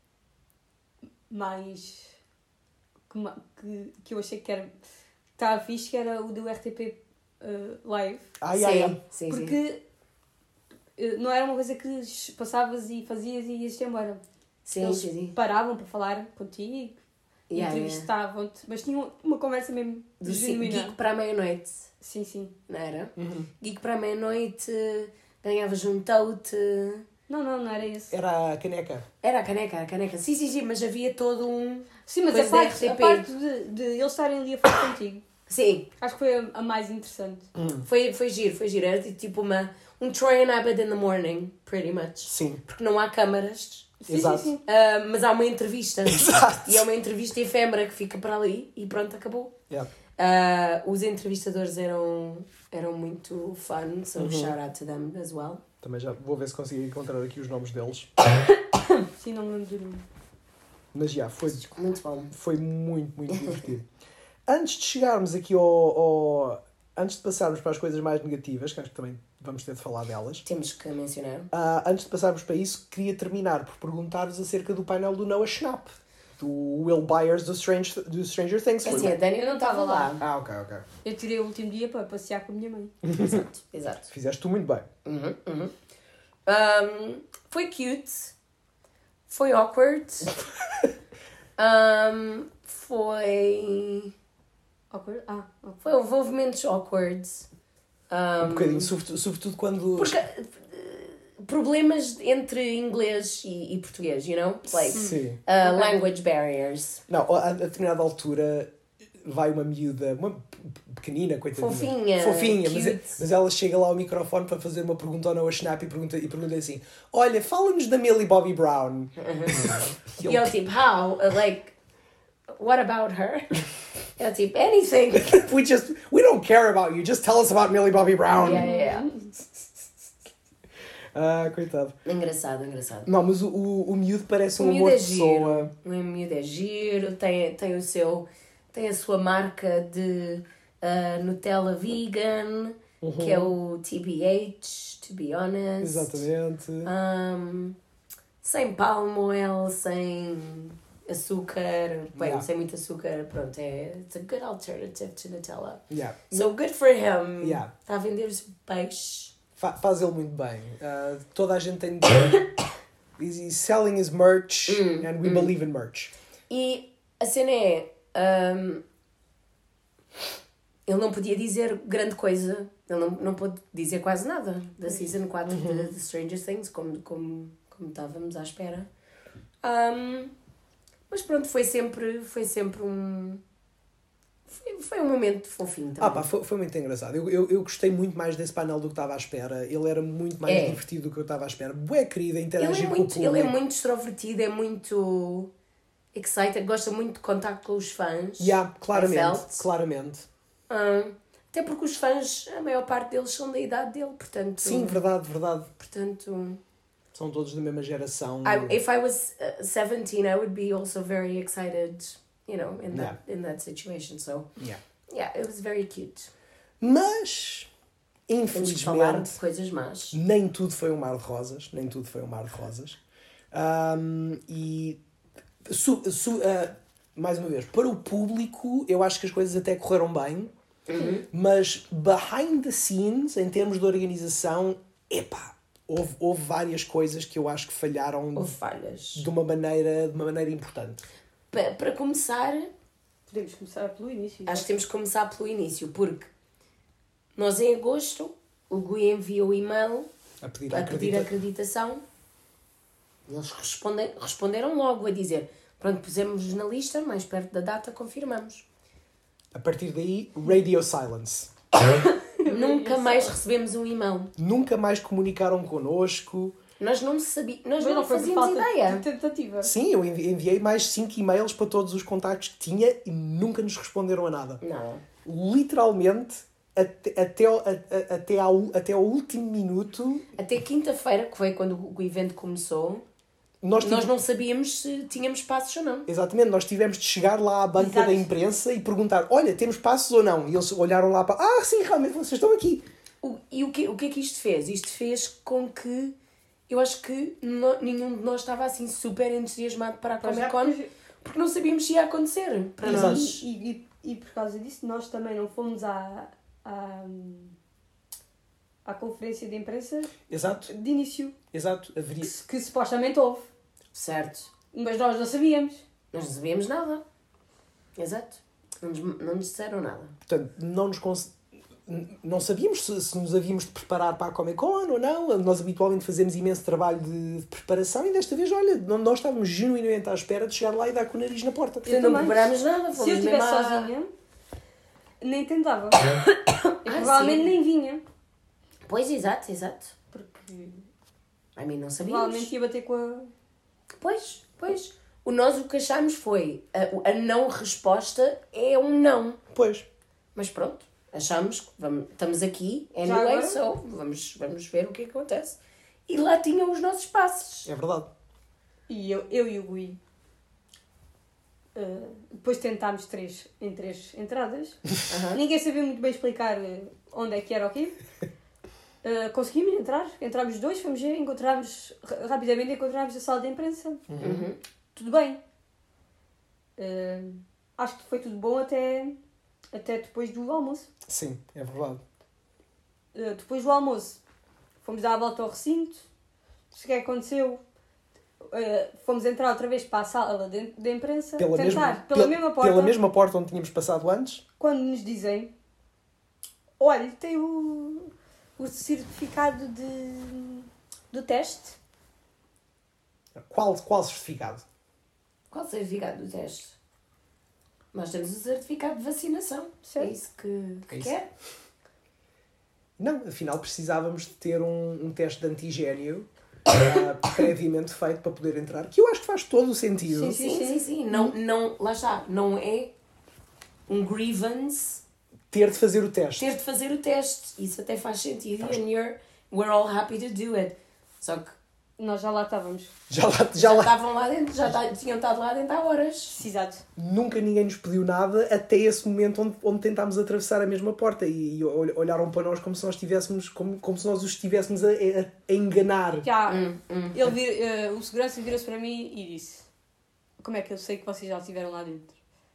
mais que, ma- que, que eu achei que era estava fixe, que era o do R T P uh, Live, Ai, sim, ai, ai. sim, sim. porque uh, não era uma coisa que passavas e fazias e ias-te embora. Sim, Eles sim, sim. paravam para falar contigo, Yeah, yeah. entrevistavam-te, mas tinham uma conversa mesmo Do ci- genuína. Geek para a meia-noite, Sim, sim. não era? Uhum. Geek para a meia-noite, ganhavas um tote. Não, não, não era esse. Era a caneca. Era a caneca, a caneca. Sim, sim, sim, mas havia todo um... Sim, mas coisa a parte, da a R T P. parte de, de eles estarem ali a falar contigo, Sim, acho que foi a, a mais interessante. Hum. foi, foi giro, foi giro. Era tipo uma, um Troy and Abed in the morning, pretty much. Sim. Porque não há câmaras, Sim, Exato. sim, sim. ah, mas há uma entrevista. Exato. E é uma entrevista efêmera que fica para ali e pronto, acabou. Yeah. Ah, os entrevistadores eram, eram muito fun, so Uhum. shout out to them as well. Também já vou ver se consigo encontrar aqui os nomes deles. Sim, não me lembro do nome. Mas já, foi, Muito bom. foi muito, muito divertido. Antes de chegarmos aqui ao, ao... Antes de passarmos para as coisas mais negativas, que acho que também vamos ter de falar delas. Temos que mencionar. Uh, antes de passarmos para isso, queria terminar por perguntar-vos acerca do painel do Noah Schnapp. Do Will Byers do, Strange, do Stranger Things. Foi Assim, a Dani não estava lá. Ah, ok, ok. Eu tirei o último dia para passear com a minha mãe. Exato, exato. Fizeste tu muito bem. Uhum, uhum. Um, foi cute. Foi awkward. um, foi... Awkward? Ah, ok. Foi, houve houve momentos awkward. Um, Um bocadinho, sobretudo, sobretudo quando... Porque... uh, problemas entre inglês e, e português, you know? Like, Sim. uh, language barriers. Não, a, a determinada altura vai uma miúda, uma p- pequenina, coitadinha. Fofinha, Fofinha, mas, cute. mas ela chega lá ao microfone para fazer uma pergunta ao Noah Schnapp e pergunta, e pergunta assim: olha, fala-nos da Millie Bobby Brown. E eu tipo, how? Uh, like, what about her? Eu tipo, anything. we just, we don't care about you, just tell us about Millie Bobby Brown. Yeah, yeah, yeah. Ah, coitado. Engraçado, engraçado. Não, mas o, o, o miúdo parece O um miúdo amor é de pessoa. giro. O miúdo é giro, tem, tem o seu... Tem a sua marca de uh, Nutella vegan, que é o T B H, to be honest. Exatamente. Um, sem palm oil, sem açúcar. Bem, Yeah. sem muito açúcar, pronto. É it's a good alternative to Nutella. Yeah. So good for him. Yeah. Está a vender os peixes. Fa- faz ele muito bem. Ah, toda a gente tem de he's, he's selling his merch Hum, and we hum. believe in merch. E a cena é... um, ele não podia dizer grande coisa. Ele não, não pôde dizer quase nada da Season quatro de, de Stranger Things, como, como, como estávamos à espera. Um, mas pronto, foi sempre, foi sempre um... Foi, foi um momento fofinho também. Ah pá, foi, foi muito engraçado. Eu, eu, eu gostei muito mais desse painel do que estava à espera. Ele era muito mais É. divertido do que eu estava à espera. Bué querido, a ele, interagir é com muito, o público. ele é muito extrovertido, é muito excited, gosta muito de contato com os fãs. Yeah, claramente, I felt. claramente. Ah, até porque os fãs, a maior parte deles são da idade dele, portanto... Sim, verdade, verdade. Portanto... São todos da mesma geração. I, if I was uh, seventeen, I would be also very excited, you know, in that, in that situation. So, Yeah. yeah, it was very cute. Mas, Temos que falar infelizmente, de coisas más. nem tudo foi um mar de rosas. Nem tudo foi um mar de rosas. Um, e, su, su, uh, mais uma vez, para o público, eu acho que as coisas até correram bem. Uhum. Mas, behind the scenes, em termos de organização, epá, houve, houve várias coisas que eu acho que falharam Houve falhas. de uma maneira, de uma maneira importante. Pa- para começar, Podemos começar pelo início. acho que temos que começar pelo início, porque nós em agosto, o Gui enviou o e-mail A pedir a a pedir acredita... acreditação. Eles respondem, responderam logo a dizer, pronto, pusemos na lista, mais perto da data confirmamos. A partir daí, radio silence. Nunca mais recebemos um e-mail. Nunca mais comunicaram connosco. Nós não sabíamos, nós Mas não, não foi por fazíamos falta ideia. de tentativa. Sim, eu envi- enviei mais cinco e-mails para todos os contactos que tinha e nunca nos responderam a nada. Não. Literalmente, até, até, ao, a- a- até, ao, até ao último minuto, Até quinta-feira, que foi quando o evento começou, nós, nós tive- não sabíamos se tínhamos passos ou não. Exatamente, nós tivemos de chegar lá à banca Exato. da imprensa e perguntar, olha, temos passos ou não? E eles olharam lá para, ah, sim, realmente vocês estão aqui. O, e o que, o que é que isto fez? Isto fez com que eu acho que no- nenhum de nós estava assim super entusiasmado para a Para Comic já, Con, porque- porque não sabíamos se ia acontecer para Exato. nós. E, e, e por causa disso, nós também não fomos à, à, à conferência de imprensa Exato, de início, exato. Haveria... que, que supostamente houve. Certo. Mas nós não sabíamos. Nós não sabíamos nada. Exato. Não nos, não nos disseram nada. Portanto, não nos cons... não sabíamos se, se nos havíamos de preparar para a Comic Con ou não. Nós habitualmente fazemos imenso trabalho de, de preparação e desta vez, olha, nós estávamos genuinamente à espera de chegar lá e dar com o nariz na porta. Eu não preparámos nada. Se eu estivesse à... sozinha, nem tentava. Eu provavelmente sim. nem vinha. Pois, exato, exato. Porque A mim não sabíamos. provavelmente ia bater com a... Pois, pois. O nós o que achámos foi a, a não resposta é um não. Pois. Mas pronto, achamos que vamos, estamos aqui, Já anyway, agora? so vamos, vamos ver o que acontece. E lá tinham os nossos passos. É verdade. E eu, eu e o Gui, uh, depois tentámos três, em três entradas. Uhum. Ninguém sabia muito bem explicar uh, onde é que era o quê. Uh, conseguimos entrar, entrámos os dois, fomos ver, encontramos, ra- rapidamente encontramos a sala de imprensa. Uhum. Tudo bem. Uh, acho que foi tudo bom até, até depois do almoço. Sim, é verdade. Uh, depois do almoço, fomos dar a volta ao recinto. O que é que aconteceu? Uh, fomos entrar outra vez para a sala de, de imprensa, Pela, tentar, mesma, pela pel- mesma porta, pela mesma porta onde tínhamos passado antes. quando nos dizem: olha, tem o, o certificado de, do teste. Qual, qual certificado? Qual o certificado do teste? Nós temos o certificado de vacinação. Certo. É isso que, que É isso. quer? Não, afinal precisávamos de ter um, um teste de antigénio uh, previamente feito para poder entrar, que eu acho que faz todo o sentido. Sim, Sim, sim, sim. Não, não, lá está. Não é um grievance Ter de fazer o teste. ter de fazer o teste. Isso até faz sentido. Faz. And you're, we're all happy to do it. Só que Nós já lá estávamos. Já lá, já já lá. estavam lá dentro, já tá- tinham estado lá dentro há horas. Exato. Nunca ninguém nos pediu nada até esse momento onde, onde tentámos atravessar a mesma porta e, e ol- olharam para nós como se nós estivéssemos, como, como se nós os estivéssemos a, a- a enganar. Já, Hum, hum. ele vir, eh, o segurança virou-se para mim e disse: como é que eu sei que vocês já estiveram lá dentro?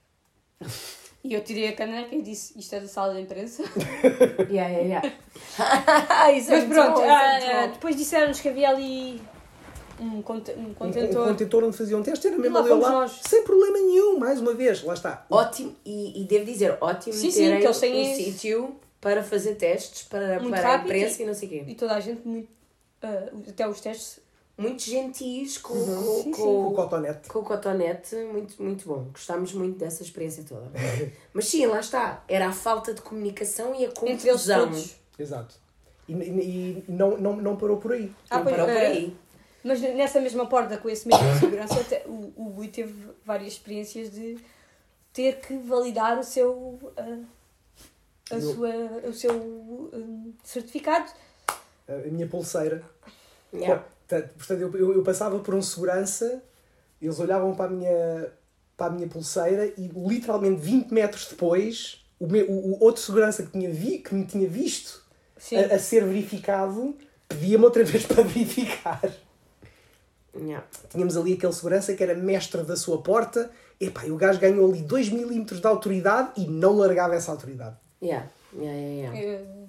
E eu tirei a caneca e disse: isto é da sala de imprensa. Yeah, yeah, yeah. Isso é Mas muito pronto, bom, isso ah, é muito ah, bom. depois disseram-nos que havia ali um, conte- um Um, um contentor. contentor onde faziam um teste era mesmo Lá ali fomos lá, nós. sem problema nenhum, mais uma vez, lá está. Ótimo, e, e devo dizer, ótimo Sim, sim, terem que eles um têm esse- sítio para fazer testes para, Muito para a rápido imprensa e não sei o quê. E toda a gente, muito, ah, até os testes. Muito gentis com, Uhum. com, Sim, sim. Com o com, cotonete. com o cotonete, muito, muito bom. Gostámos muito dessa experiência toda. Mas sim, lá está. Era a falta de comunicação e a Entre eles confusão. todos. Exato. E, e- e não, não, não parou por aí. Ah, Não pois, parou por eh, aí. Mas nessa mesma porta, com esse mesmo segurança, até, o, o Gui teve várias experiências de ter que validar o seu, ah, a Eu- sua, o seu hum, certificado. A minha pulseira. Yeah. Portanto, portanto, eu, eu, eu passava por um segurança, eles olhavam para a minha, para a minha pulseira e literalmente vinte metros depois, o, me, o, o outro segurança que, tinha vi, que me tinha visto Sim. a, a ser verificado pedia-me outra vez para verificar. Yeah. Tínhamos ali aquele segurança que era mestre da sua porta. Epá, e o gajo ganhou ali dois milímetros de autoridade e não largava essa autoridade. Yeah. Yeah, yeah, yeah. Eh,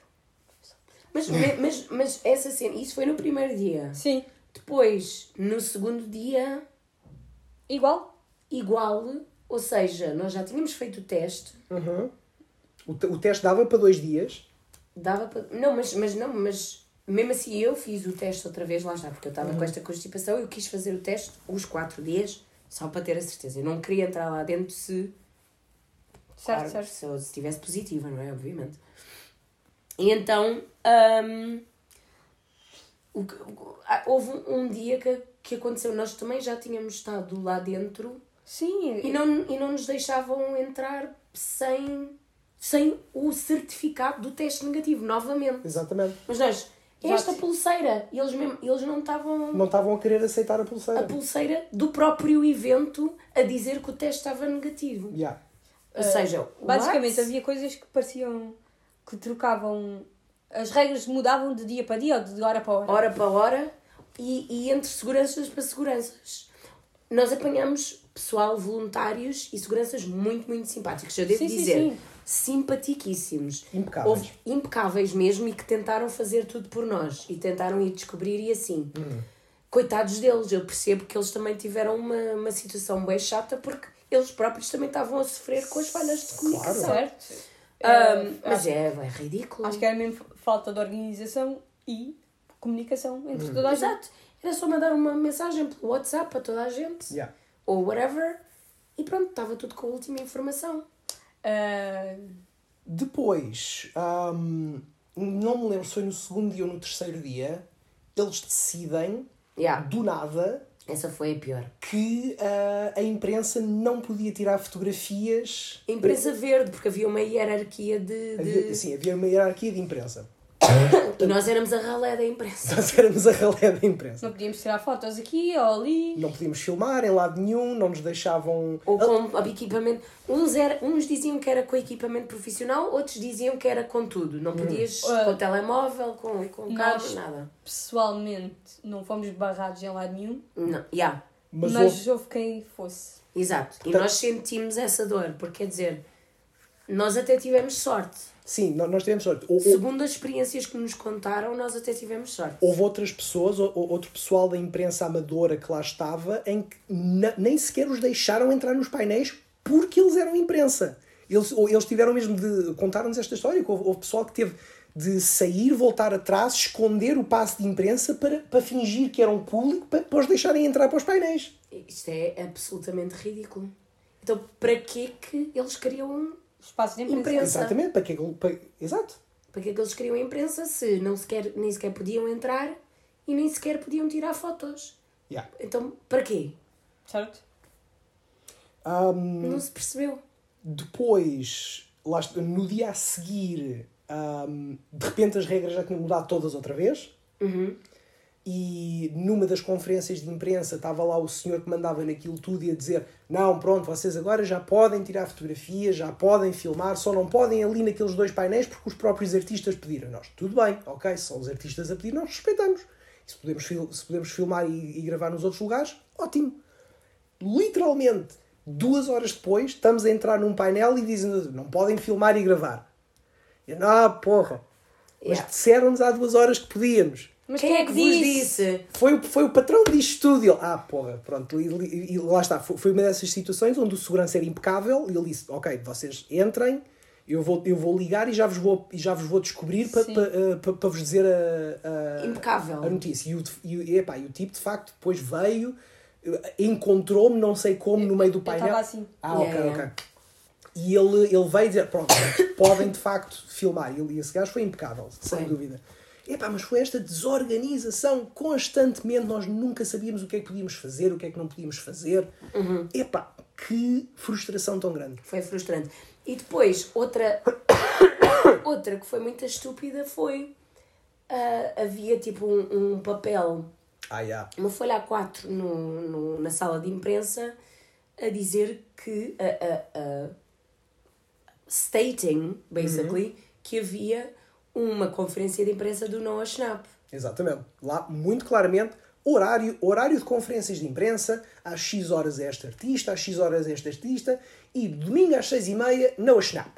Mas, mas, mas essa cena, isso foi no primeiro dia. sim, Depois, no segundo dia, igual. igual, ou seja, nós já tínhamos feito o teste, Uhum. O, te- o teste dava para dois dias. dava para... Não, mas, mas não, mas mesmo assim eu fiz o teste outra vez, lá está, porque eu estava com esta constipação, eu quis fazer o teste os quatro dias, só para ter a certeza. Eu não queria entrar lá dentro se... Certo, Claro, certo. se eu estivesse positiva, não é? Obviamente. E então, hum, o que- o- ah, houve um, um dia que, que aconteceu, nós também já tínhamos estado lá dentro Sim, e não, e não nos deixavam entrar sem, sem o certificado do teste negativo, novamente. Exatamente. Mas nós, Já esta te- pulseira, e eles, mesmo, eles não estavam... Não estavam a querer aceitar a A pulseira. pulseira do próprio evento a dizer que o teste estava negativo. Yeah. Ou seja, basicamente what? havia coisas que pareciam que trocavam. As regras mudavam de dia para dia ou de hora para hora. hora para hora e, e entre seguranças para seguranças. Nós apanhamos pessoal, voluntários e seguranças muito, muito simpáticos. Eu devo Sim, sim, dizer, sim. simpatiquíssimos. Impecáveis. Houve impecáveis mesmo e que tentaram fazer tudo por nós e tentaram ir descobrir e assim. Hum. Coitados deles, eu percebo que eles também tiveram uma, uma situação bem chata porque eles próprios também estavam a sofrer com as falhas de comunicação. Certo? É, Um, mas acho, é, é ridículo. acho que era mesmo falta de organização e comunicação entre toda a gente. Exato. Era só mandar uma mensagem pelo WhatsApp para toda a gente. Yeah. Ou whatever. E pronto, estava tudo com a última informação. Ah, Depois, hum, não me lembro se foi no segundo dia ou no terceiro dia, eles decidem, Yeah. do nada, Essa foi a pior. que ah, a imprensa não podia tirar fotografias. A imprensa verde, porque havia uma hierarquia de... de... Havia, sim, havia uma hierarquia de imprensa. E nós éramos a ralé da imprensa. Nós éramos a ralé da imprensa. não podíamos tirar fotos aqui ou ali. Não podíamos filmar em lado nenhum, não nos deixavam... Ou com equipamento. Uns, era, uns diziam que era com equipamento profissional, outros diziam que era com tudo. Não podias Uh, com telemóvel, com, com nós- cabo, nada. Pessoalmente, não fomos barrados em lado nenhum, Não, yeah. Mas, mas, houve- houve quem fosse. Exato. E Portanto- nós sentimos essa dor, porque quer dizer, nós até tivemos sorte. Sim, nó- nós tivemos sorte. Ou- ou- Segundo as experiências que nos contaram, nós até tivemos sorte. Houve outras pessoas, ou- ou- outro pessoal da imprensa amadora que lá estava, em que na- nem sequer os deixaram entrar nos painéis porque eles eram imprensa. Eles, ou eles tiveram mesmo de... Contaram-nos esta história, que houve, houve pessoal que teve de sair, voltar atrás, esconder o passe de imprensa para, para fingir que eram público, para, para os deixarem entrar para os painéis. Isto é absolutamente ridículo. Então, para que que eles queriam... um- Espaço de imprensa. Imprensa. Exatamente, para que é que- para- Exato. Para que é que eles queriam a imprensa se não sequer, nem sequer podiam entrar e nem sequer podiam tirar fotos? Yeah. Então, para quê? Certo? Ahm, Não se percebeu. Depois, lá está, no dia a seguir, ahm, de repente as regras já tinham mudado todas outra vez. Uhum. E numa das conferências de imprensa estava lá o senhor que mandava naquilo tudo e a dizer: não, pronto, vocês agora já podem tirar fotografias, já podem filmar, só não podem ali naqueles dois painéis porque os próprios artistas pediram. Nós, tudo bem, ok, se são os artistas a pedir, nós respeitamos. E se podemos, fil- se podemos filmar e, e gravar nos outros lugares, ótimo. Literalmente, duas horas depois, estamos a entrar num painel e dizem: não podem filmar e gravar. E eu, não, porra, mas Yeah. disseram-nos há duas horas que podíamos. Mas Quem é que vos disse? Foi, o- foi o patrão disto tudo. E ele, ah, porra, pronto. E, e- e lá está. Foi, foi uma dessas situações onde o segurança era impecável. E ele disse, ok, vocês entrem, eu vou, eu vou ligar e já vos vou, e já vos vou descobrir para Sim. pa, uh, pa- pa vos dizer a, a, Impecável. a notícia. E o, e, o- epá, e o tipo, de facto, depois veio, uh, encontrou-me, não sei como, no meio do Eu painel. estava assim. Ah, ok, Yeah, ok. yeah. E ele, ele veio dizer, pronto, podem de facto filmar. E ele- e esse gajo foi impecável, sem Foi. dúvida. Epá, mas foi esta desorganização constantemente, nós nunca sabíamos o que é que podíamos fazer, o que é que não podíamos fazer. Uhum. Epá, que frustração tão grande. Foi frustrante. E depois, outra, outra que foi muito estúpida foi... ah, havia tipo um, um papel, Ah, yeah. uma folha A quatro no, no, na sala de imprensa a dizer que... ah, ah, ah, stating, basically, que havia uma conferência de imprensa do Noah Schnapp. Exatamente. Lá, muito claramente, horário, horário de conferências de imprensa, às X horas é este artista, às X horas é este artista, e domingo às seis e meia, Noah Schnapp.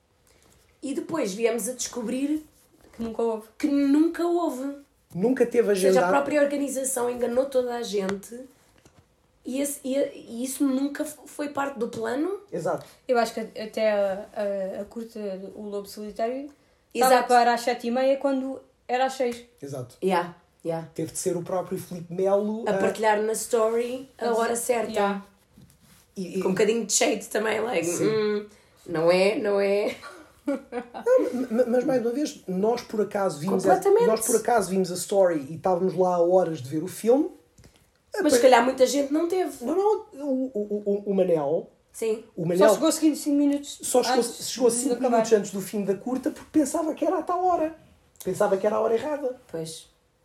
E depois viemos a descobrir Que nunca houve. que nunca houve. Nunca teve Ou seja, a agendado. própria organização enganou toda a gente e, esse- e- e isso nunca f- foi parte do plano. Exato. Eu acho que até a, a, a curta, o Lobo Solitário, estava Exato. para às sete e meia quando era às seis. Exato. Yeah, yeah. Teve de ser o próprio Filipe Melo A a- partilhar na story a hora certa. Yeah. e- e- Com um bocadinho de shade também, like, hum, não é, não é. M- Mas mais uma vez, nós por acaso vimos a, Completamente. nós por acaso vimos a story e estávamos lá a horas de ver o filme. Mas se calhar muita gente não teve. Não, não, o, o, o, o Manel, Sim. o Só Manel chegou a seguir cinco minutos. só chegou, antes chegou de cinco acabar. minutos antes do fim da curta porque pensava que era a tal hora. Pensava que era a hora errada. Pois.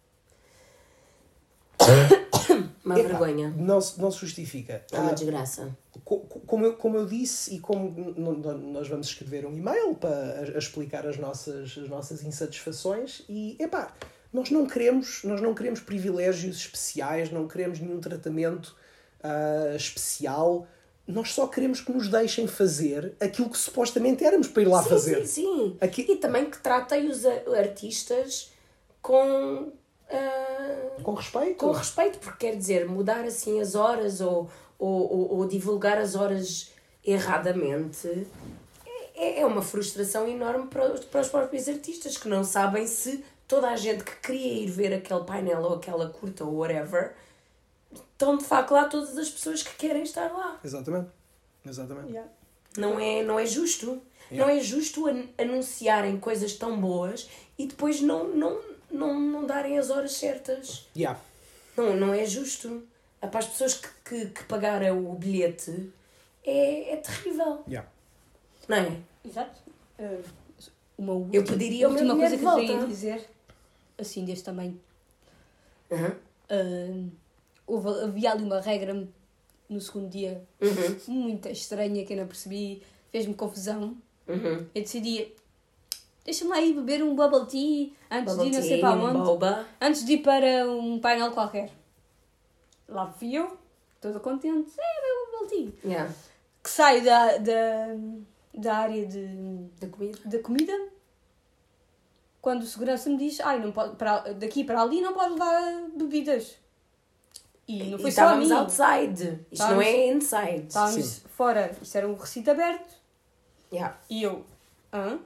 Uma Epá, vergonha. Não se, não se justifica. É uma Ah, desgraça. co- co- como, eu, como eu disse e como n- n- nós vamos escrever um e-mail para a- a explicar as nossas, as nossas insatisfações e, epá, nós não queremos, nós não queremos privilégios especiais, não queremos nenhum tratamento ah, especial, nós só queremos que nos deixem fazer aquilo que supostamente éramos para ir lá Sim, fazer. sim, sim. Aqui- E também que tratem os a- artistas com... ah, Com respeito. com respeito, porque quer dizer, mudar assim as horas ou, ou, ou, ou divulgar as horas erradamente é, é uma frustração enorme para os, para os próprios artistas que não sabem se toda a gente que queria ir ver aquele painel ou aquela curta ou whatever, estão de facto lá todas as pessoas que querem estar lá. Exatamente. Exatamente. Yeah. Não é, não é justo. Yeah. Não é justo an- anunciarem coisas tão boas e depois não, não, não, não darem as horas certas. Yeah. Não, não é justo. Ah, para as pessoas que, que, que pagaram o bilhete é, é terrível. Yeah. Não é? Exato. Uh, uma Eu última, pediria o meu última coisa dinheiro que de eu queria volta. dizer, assim, deste tamanho. Uhum. Uh, houve, havia ali uma regra no segundo dia Uhum. muito estranha que eu não percebi, fez-me confusão. Uhum. Eu decidi, deixa-me lá ir beber um bubble tea antes Bubble de ir não tea, sei para um onde, boba. antes de ir para um painel qualquer. Lá fui eu, toda contente, é, bebe um bubble tea. Yeah. Que saio da, da, da área de, Da comida. da comida, quando o segurança me diz, ai, não pode, para, daqui para ali não pode levar bebidas. E não foi e só a mim. estávamos outside. Isto não Estávamos- é inside. Estávamos Sim. fora, isto era um recinto aberto, Yeah. e eu, hã?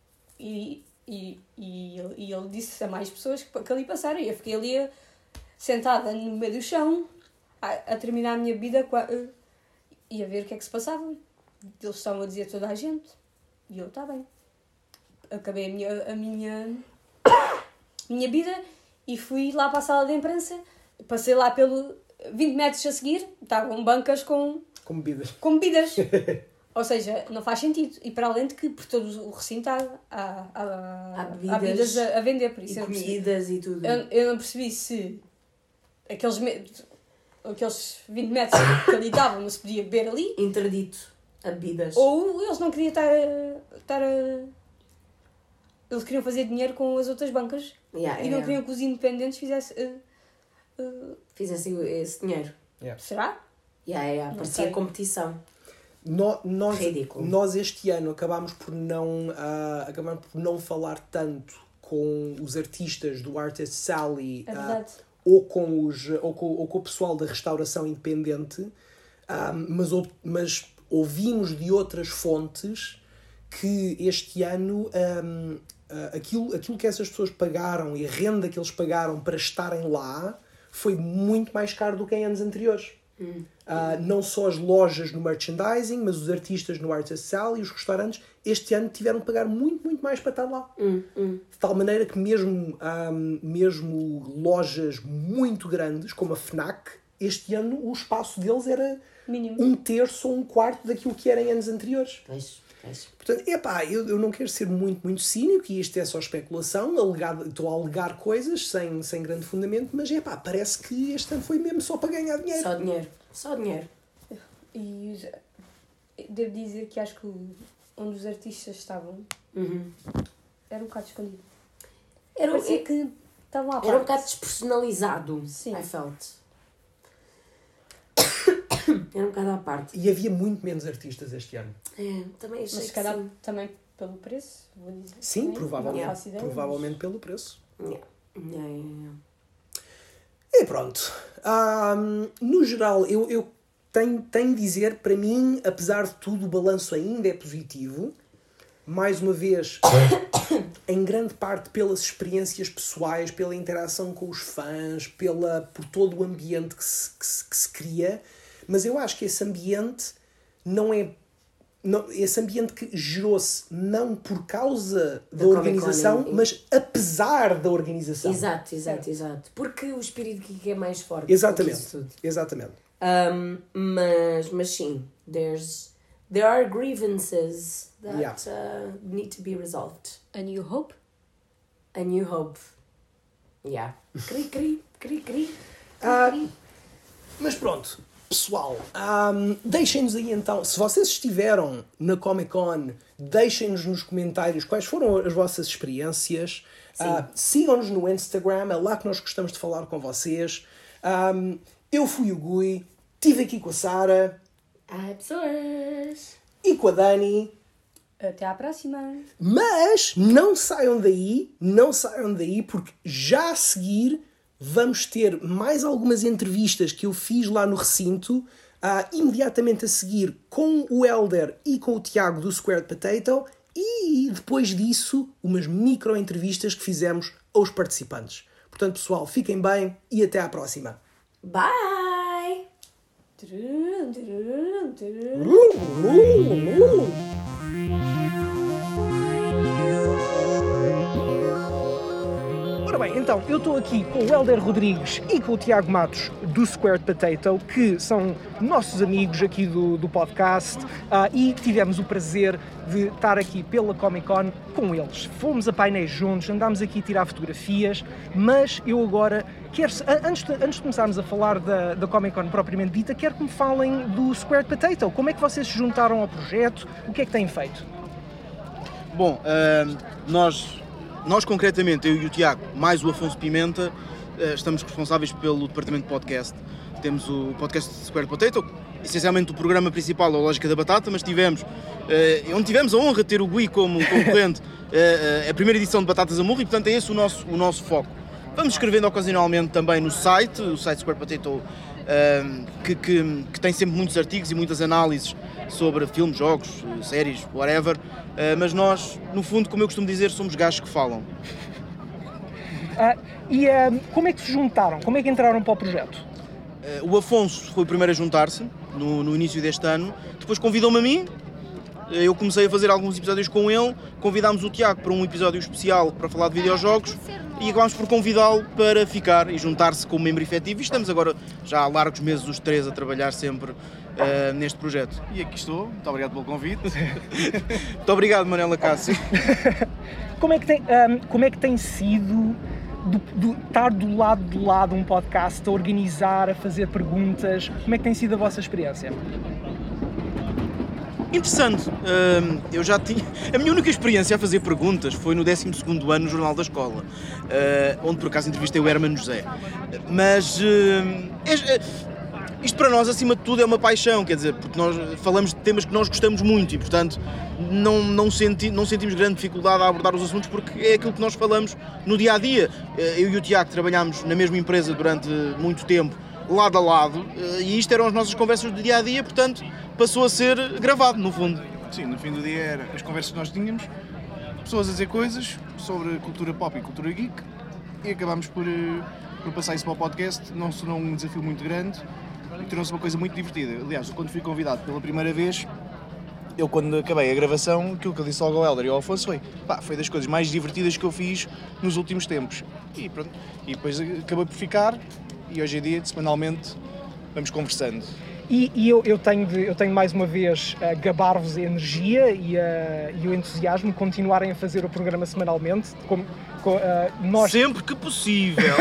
E, e, e, ele, e ele disse a mais pessoas que, que ali passaram, e eu fiquei ali a- sentada no meio do chão, a, a terminar a minha bebida qua- eh, e a ver o que é que se passava. Eles estavam a dizer a toda a gente, e eu, está bem. Acabei a minha, a minha, minha vida e fui lá para a sala de imprensa. Passei lá pelo vinte metros a seguir, estavam bancas com, Com bebidas. com bebidas. Ou seja, não faz sentido. E para além de que por todo o recinto há, há, há, Há há bebidas bebidas a, a vender. Por E isso eu não percebi. comidas e tudo. Eu, eu não percebi se aqueles, me- aqueles vinte metros que ali estavam não se podia beber ali, Interdito a bebidas. ou eles não queriam estar a, estar a... Eles queriam fazer dinheiro com as outras bancas Yeah, e yeah, não yeah. queriam que os independentes fizessem... Uh, uh, Fizessem esse dinheiro. será? Yeah, yeah. Não Parecia sei. competição. No- nós, Ridículo. nós este ano acabámos por não ah, acabámos por não falar tanto com os artistas do Artist Sally É ah, verdade. ou, com os, ou, com, ou com o pessoal da restauração independente, ah, mas, ou- mas ouvimos de outras fontes que este ano ah, ah, aquilo, aquilo que essas pessoas pagaram e a renda que eles pagaram para estarem lá foi muito mais caro do que em anos anteriores. Hum. Uh, não só as lojas no merchandising, mas os artistas no Artist Sally e os restaurantes este ano tiveram que pagar muito, muito mais para estar lá. Hum, hum. De tal maneira que mesmo, um, mesmo lojas muito grandes, como a FNAC, este ano o espaço deles era Mínimo. um terço ou um quarto daquilo que era em anos anteriores. Pois, pois. Portanto, epá, eu, eu não quero ser muito, muito cínico e isto é só especulação, alegado, estou a alegar coisas sem, sem grande fundamento, mas epá, parece que este ano foi mesmo só para ganhar dinheiro. Só dinheiro. Só dinheiro. E os- devo dizer que acho que o- onde os artistas estavam Uhum. era um bocado escondido. Era, Parecia era, que estavam à era um parte. bocado despersonalizado. Sim. I felt. Era um bocado à parte. E havia muito menos artistas este ano. É, também achei Mas se que calhar sim. também pelo preço, vou dizer. Sim, também. provavelmente, Não faço ideia, provavelmente pelo preço. Yeah. Yeah, yeah, yeah. E pronto. Ahm, no geral, eu, eu tenho, tenho de dizer, para mim, apesar de tudo, o balanço ainda é positivo. Mais uma vez, em grande parte pelas experiências pessoais, pela interação com os fãs, pela, por todo o ambiente que se, que se, que se cria. Mas eu acho que esse ambiente não é... Não, esse ambiente que gerou-se não por causa da, Da organização, Comic Con, mas apesar da organização. Exato, exato, exato. Porque o espírito geek é mais forte. Exatamente. do que isso tudo. Exatamente. Um, mas, mas sim, there's, there are grievances that Yeah. uh, need to be resolved. A New Hope? A new hope. Yeah. Cri, cri, cri, cri. Ah, cri. Mas pronto, pessoal, ahm, deixem-nos aí então, se vocês estiveram na Comic Con, deixem-nos nos comentários quais foram as vossas experiências. Ah, sigam-nos no Instagram, é lá que nós gostamos de falar com vocês. Ahm, eu fui o Gui, estive aqui com a Sara Há pessoas. e com a Dani. Até à próxima! Mas não saiam daí, não saiam daí, porque já a seguir vamos ter mais algumas entrevistas que eu fiz lá no recinto uh, imediatamente a seguir com o Helder e com o Tiago do Squared Potato, e depois disso umas micro-entrevistas que fizemos aos participantes. Portanto, pessoal, fiquem bem e até à próxima. Bye! Ora bem, então, eu estou aqui com o Helder Rodrigues e com o Tiago Matos do Squared Potato, que são nossos amigos aqui do, do podcast, uh, e tivemos o prazer de estar aqui pela Comic Con com eles. Fomos a painéis juntos, andámos aqui a tirar fotografias, mas eu agora quero, antes de, antes de começarmos a falar da, da Comic Con propriamente dita, quero que me falem do Squared Potato. Como é que vocês se juntaram ao projeto? O que é que têm feito? Bom, uh, nós... Nós, concretamente, eu e o Tiago, mais o Afonso Pimenta, estamos responsáveis pelo departamento de podcast. Temos o podcast Squared Potato, essencialmente o programa principal, a Lógica da Batata, mas tivemos, onde tivemos a honra de ter o Gui como concorrente, a primeira edição de Batatas a Murro, e portanto é esse o nosso, o nosso foco. Vamos escrevendo ocasionalmente também no site, o site Squared Potato, que, que, que tem sempre muitos artigos e muitas análises sobre filmes, jogos, séries, whatever, mas nós, no fundo, como eu costumo dizer, somos gajos que falam. Uh, e uh, como é que se juntaram? Como é que entraram para o projeto? Uh, o Afonso foi o primeiro a juntar-se no, no início deste ano, depois convidou-me a mim, eu comecei a fazer alguns episódios com ele, convidámos o Tiago para um episódio especial para falar de videojogos e acabámos por convidá-lo para ficar e juntar-se como membro efetivo, e estamos agora já há largos meses os três a trabalhar sempre uh, neste projeto. E aqui estou, muito obrigado pelo convite. Muito obrigado, Manela Cássio. Como é que tem, um, como é que tem sido do, do, estar do lado de lado um podcast, a organizar, a fazer perguntas? Como é que tem sido a vossa experiência? Interessante. Uh, eu já tinha... A minha única experiência a fazer perguntas foi no décimo segundo ano no Jornal da Escola, uh, onde por acaso entrevistei o Hermano José. Mas uh, é, é, isto para nós, acima de tudo, é uma paixão, quer dizer, porque nós falamos de temas que nós gostamos muito e, portanto, não, não, senti, não sentimos grande dificuldade a abordar os assuntos, porque é aquilo que nós falamos no dia-a-dia. Uh, eu e o Tiago trabalhámos na mesma empresa durante muito tempo, lado a lado, e isto eram as nossas conversas do dia-a-dia, portanto passou a ser gravado, no fundo. Sim, no fim do dia eram as conversas que nós tínhamos, pessoas a dizer coisas sobre cultura pop e cultura geek, e acabámos por, por passar isso para o podcast. Não se tornou um desafio muito grande e tornou-se uma coisa muito divertida. Aliás, quando fui convidado pela primeira vez, eu quando acabei a gravação, aquilo que eu disse logo ao Helder e ao Afonso foi, pá, foi das coisas mais divertidas que eu fiz nos últimos tempos. E pronto, e depois acabei por ficar. E hoje em dia, semanalmente, vamos conversando. E, e eu, eu, tenho de, eu tenho mais uma vez a gabar-vos a energia e, a, e o entusiasmo de continuarem a fazer o programa semanalmente. Como, com, uh, nós... Sempre que possível.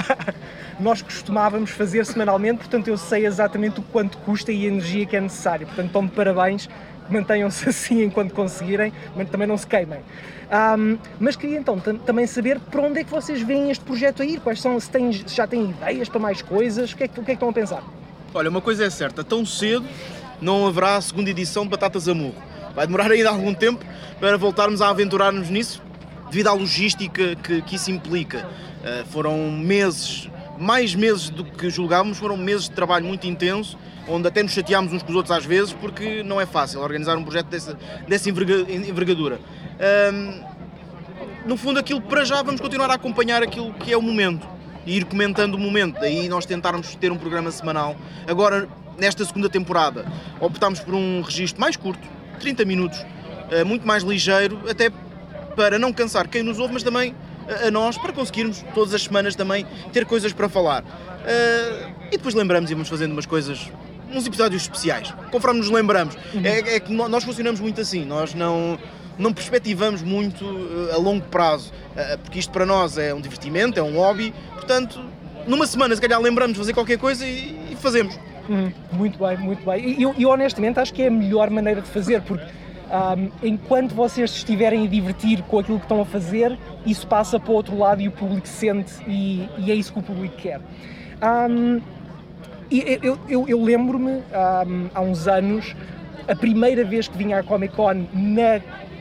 Nós costumávamos fazer semanalmente, portanto eu sei exatamente o quanto custa e a energia que é necessária. Portanto, tome parabéns, mantenham-se assim enquanto conseguirem, mas também não se queimem. Um, mas queria então tam- também saber para onde é que vocês veem este projeto a ir, quais são, se, têm, se já têm ideias para mais coisas, o que, é que, o que é que estão a pensar? Olha, uma coisa é certa, tão cedo não haverá a segunda edição de Batatas a Murro. Vai demorar ainda algum tempo para voltarmos a aventurar-nos nisso, devido à logística que, que isso implica. Uh, foram meses, mais meses do que julgávamos, foram meses de trabalho muito intenso, onde até nos chateámos uns com os outros às vezes, porque não é fácil organizar um projeto dessa, dessa envergadura. Um, no fundo, aquilo para já vamos continuar a acompanhar aquilo que é o momento e ir comentando o momento, daí nós tentarmos ter um programa semanal. Agora, nesta segunda temporada, optámos por um registro mais curto, trinta minutos, uh, muito mais ligeiro, até para não cansar quem nos ouve, mas também a, a nós, para conseguirmos todas as semanas também ter coisas para falar. Uh, e depois lembramos e vamos fazendo umas coisas, uns episódios especiais, conforme nos lembramos. Uhum. É, é que nós funcionamos muito assim, nós não... não perspectivamos muito uh, a longo prazo, uh, porque isto para nós é um divertimento, é um hobby, portanto, numa semana se calhar lembramos de fazer qualquer coisa e, e fazemos. Hum, muito bem, muito bem. E eu, eu honestamente acho que é a melhor maneira de fazer, porque um, enquanto vocês estiverem a divertir com aquilo que estão a fazer, isso passa para o outro lado e o público sente, e, e é isso que o público quer. Um, e eu, eu, eu lembro-me, um, há uns anos, a primeira vez que vinha à Comic Con na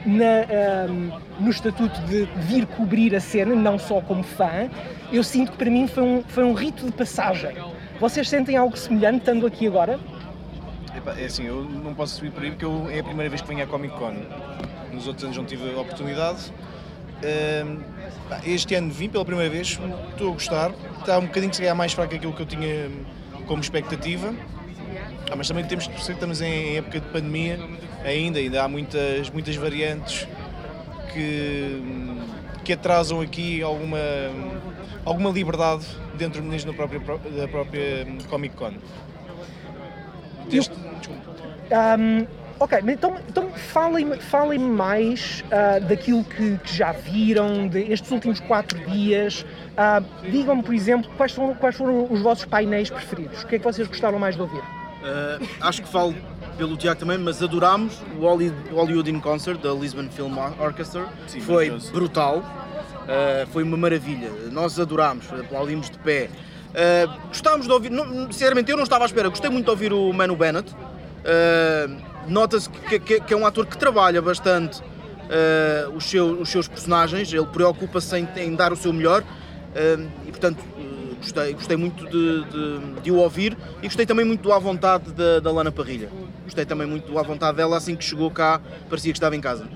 Na, um, no estatuto de vir cobrir a cena, não só como fã, eu sinto que para mim foi um, foi um rito de passagem. Vocês sentem algo semelhante estando aqui agora? Epá, é assim, eu não posso subir por aí porque eu, é a primeira vez que venho à Comic Con. Nos outros anos não tive a oportunidade. Um, este ano vim pela primeira vez, estou a gostar. Está um bocadinho, se calhar, mais fraco aquilo que eu tinha como expectativa. Ah, mas também temos de perceber que estamos em época de pandemia ainda, ainda há muitas, muitas variantes que, que atrasam aqui alguma, alguma liberdade dentro mesmo da própria, da própria Comic Con. Este, Um, ok, então, então falem-me falem mais uh, daquilo que, que já viram, de estes últimos quatro dias. Uh, Digam-me, por exemplo, quais foram, quais foram os vossos painéis preferidos? O que é que vocês gostaram mais de ouvir? Uh, acho que falo pelo Tiago também, mas adorámos o Hollywood in Concert da Lisbon Film Orchestra. Sim, foi maravilhoso. brutal, uh, foi uma maravilha, nós adorámos, aplaudimos de pé. Uh, gostámos de ouvir, não, sinceramente eu não estava à espera, gostei muito de ouvir o Manu Bennett. Uh, nota-se que, que, que é um ator que trabalha bastante uh, os, seu, os seus personagens, ele preocupa-se em, em dar o seu melhor uh, e portanto uh, gostei, gostei muito de, de, de o ouvir e gostei também muito do À Vontade da, da Lana Parrilha. Gostei também muito do À Vontade dela, assim que chegou cá parecia que estava em casa.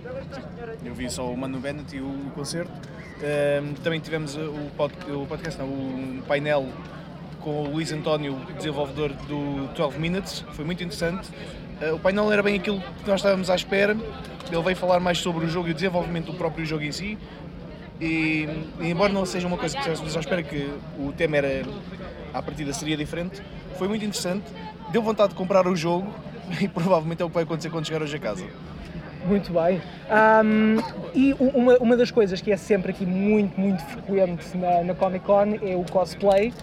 Eu vi só o Manu Bennett e o, o concerto. Um, também tivemos o, pod, o podcast, não, o painel com o Luís António, desenvolvedor do doze Minutes, foi muito interessante. Uh, o painel era bem aquilo que nós estávamos à espera, ele veio falar mais sobre o jogo e o desenvolvimento do próprio jogo em si. E, e embora não seja uma coisa que estivéssemos à espera, que o tema era, à partida seria diferente, foi muito interessante, deu vontade de comprar o jogo e provavelmente é o que vai acontecer quando chegar hoje a casa. Muito bem. Um, e uma, uma das coisas que é sempre aqui muito, muito frequente na, na Comic Con é o cosplay.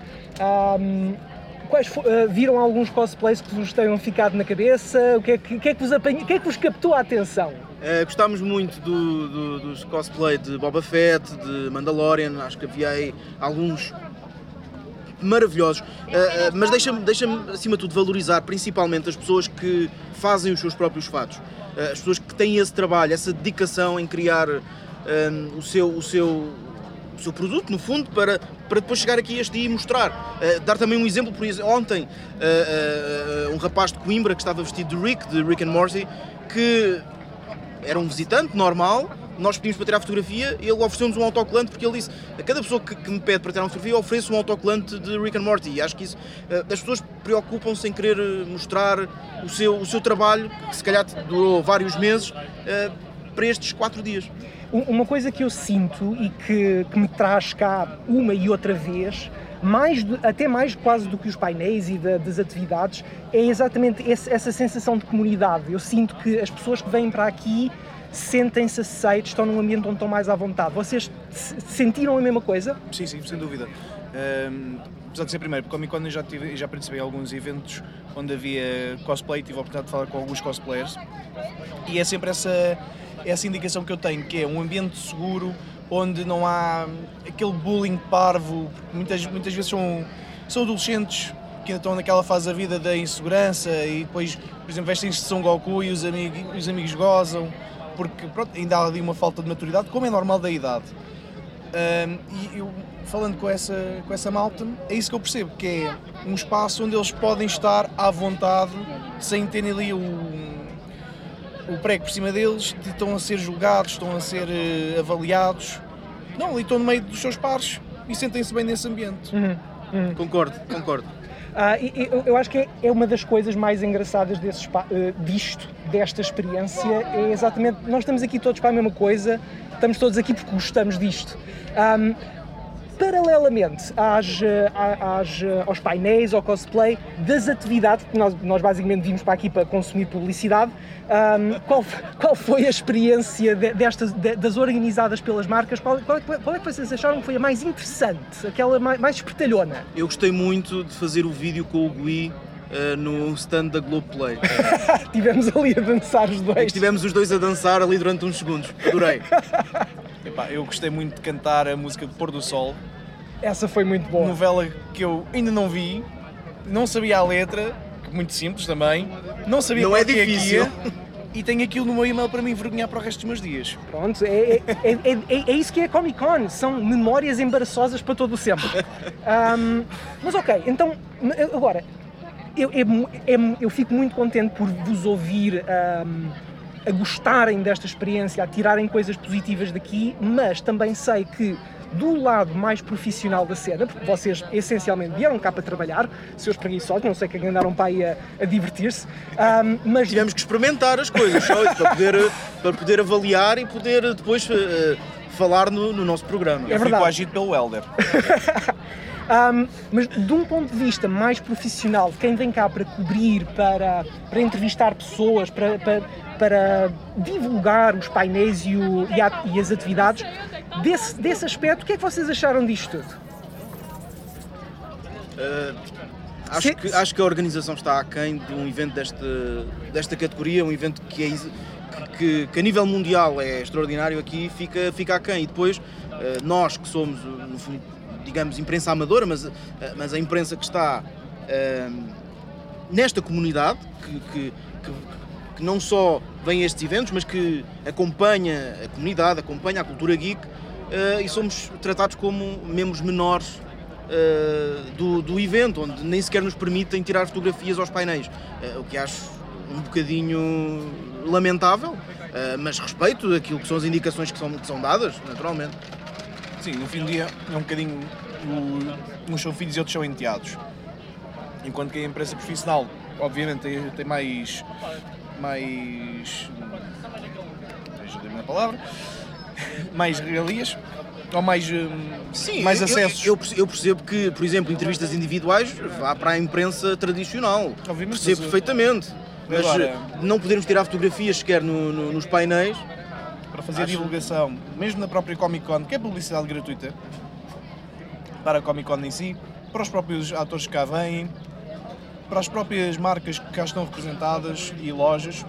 Um, quais, uh, viram alguns cosplays que vos tenham ficado na cabeça? O que é que, que, é que, vos, apanha, que, é que vos captou a atenção? Uh, gostámos muito do, do, dos cosplay de Boba Fett, de Mandalorian, acho que havia aí alguns maravilhosos, uh, uh, mas deixa-me, deixa-me acima de tudo valorizar principalmente as pessoas que fazem os seus próprios fatos, uh, as pessoas que têm esse trabalho, essa dedicação em criar um, o, seu, o, seu, o seu produto, no fundo, para, para depois chegar aqui este dia e mostrar. Uh, dar também um exemplo, por exemplo, ontem uh, uh, um rapaz de Coimbra que estava vestido de Rick, de Rick and Morty, que era um visitante normal. Nós pedimos para tirar fotografia e ele ofereceu-nos um autocolante porque ele disse a cada pessoa que, que me pede para tirar uma fotografia eu ofereço um autocolante de Rick and Morty e acho que isso, as pessoas preocupam-se em querer mostrar o seu, o seu trabalho que se calhar durou vários meses para estes quatro dias. Uma coisa que eu sinto e que, que me traz cá uma e outra vez, mais de, até mais quase do que os painéis e da, das atividades, é exatamente esse, essa sensação de comunidade. Eu sinto que as pessoas que vêm para aqui sentem-se aceitos, estão num ambiente onde estão mais à vontade. Vocês sentiram a mesma coisa? Sim, sim, sem dúvida. Um, apesar de ser primeiro, porque Comic Con eu já, tive, já participei em alguns eventos onde havia cosplay, tive a oportunidade de falar com alguns cosplayers e é sempre essa, essa indicação que eu tenho, que é um ambiente seguro, onde não há aquele bullying parvo, muitas, muitas vezes são, são adolescentes que ainda estão naquela fase da vida da insegurança e depois, por exemplo, vestem-se de Son Goku e os amigos, os amigos gozam, porque pronto, ainda há ali uma falta de maturidade, como é normal da idade. Um, e eu, falando com essa, com essa malta, é isso que eu percebo, que é um espaço onde eles podem estar à vontade, sem terem ali o, o prego por cima deles, de estão a ser julgados, estão a ser uh, avaliados. Não, ali estão no meio dos seus pares e sentem-se bem nesse ambiente. Uhum, uhum. Concordo, concordo. Ah, eu, eu acho que é, é uma das coisas mais engraçadas desse, uh, disto, desta experiência, é exatamente, nós estamos aqui todos para a mesma coisa, estamos todos aqui porque gostamos disto. Um, paralelamente às, às, aos painéis, ao cosplay, das atividades, porque nós, nós basicamente vimos para aqui para consumir publicidade, um, qual, qual foi a experiência de, destas, de, das organizadas pelas marcas? Qual, qual, qual é que vocês acharam que foi a mais interessante, aquela mais, mais espertalhona? Eu gostei muito de fazer o vídeo com o Gui uh, no stand da Globoplay. Estivemos ali a dançar os dois. Estivemos os dois a dançar ali durante uns segundos, adorei. Epá, eu gostei muito de cantar a música de Pôr do Sol. Essa foi muito boa. Novela que eu ainda não vi, não sabia a letra, muito simples também, não sabia não para é que difícil. É que ia, e tenho aquilo no meu e-mail para me envergonhar para o resto dos meus dias. Pronto, é, é, é, é, é isso que é a Comic Con, são memórias embaraçosas para todo o sempre. Um, mas ok, então, agora, eu, é, é, eu fico muito contente por vos ouvir um, a gostarem desta experiência, a tirarem coisas positivas daqui, mas também sei que do lado mais profissional da cena, porque vocês essencialmente vieram cá para trabalhar, seus preguiçosos, não sei quem andaram para aí a, a divertir-se, um, mas... Tivemos que experimentar as coisas só, para, poder, para poder avaliar e poder depois uh, falar no, no nosso programa. É Eu verdade. fico agido pelo Helder. Um, mas de um ponto de vista mais profissional, de quem vem cá para cobrir, para, para entrevistar pessoas, para, para, para divulgar os painéis e, o, e, a, e as atividades, desse, desse aspecto, o que é que vocês acharam disto tudo? Uh, acho, Se... que, acho que a organização está aquém de um evento desta, desta categoria, um evento que, é, que, que, que a nível mundial é extraordinário, aqui fica, fica aquém. E depois, uh, nós que somos, no fundo, digamos, imprensa amadora, mas, mas a imprensa que está uh, nesta comunidade, que, que, que, que não só vem a estes eventos, mas que acompanha a comunidade, acompanha a cultura geek, uh, e somos tratados como membros menores uh, do, do evento, onde nem sequer nos permitem tirar fotografias aos painéis, uh, o que acho um bocadinho lamentável, uh, mas respeito aquilo que são as indicações que são, que são dadas, naturalmente. Sim, no fim do dia é um bocadinho, o, uns são filhos e outros são enteados. Enquanto que a imprensa profissional, obviamente, tem, tem mais, mais, ajuda-me na palavra, mais regalias, ou mais, Sim, mais eu, acessos. Eu, eu percebo que, por exemplo, entrevistas individuais vá para a imprensa tradicional, Obviamente, percebo mas, perfeitamente, mas agora, não podermos tirar fotografias sequer no, no, nos painéis, para fazer acho... divulgação, mesmo na própria Comic Con, que é publicidade gratuita, para a Comic Con em si, para os próprios atores que cá vêm, para as próprias marcas que cá estão representadas e lojas,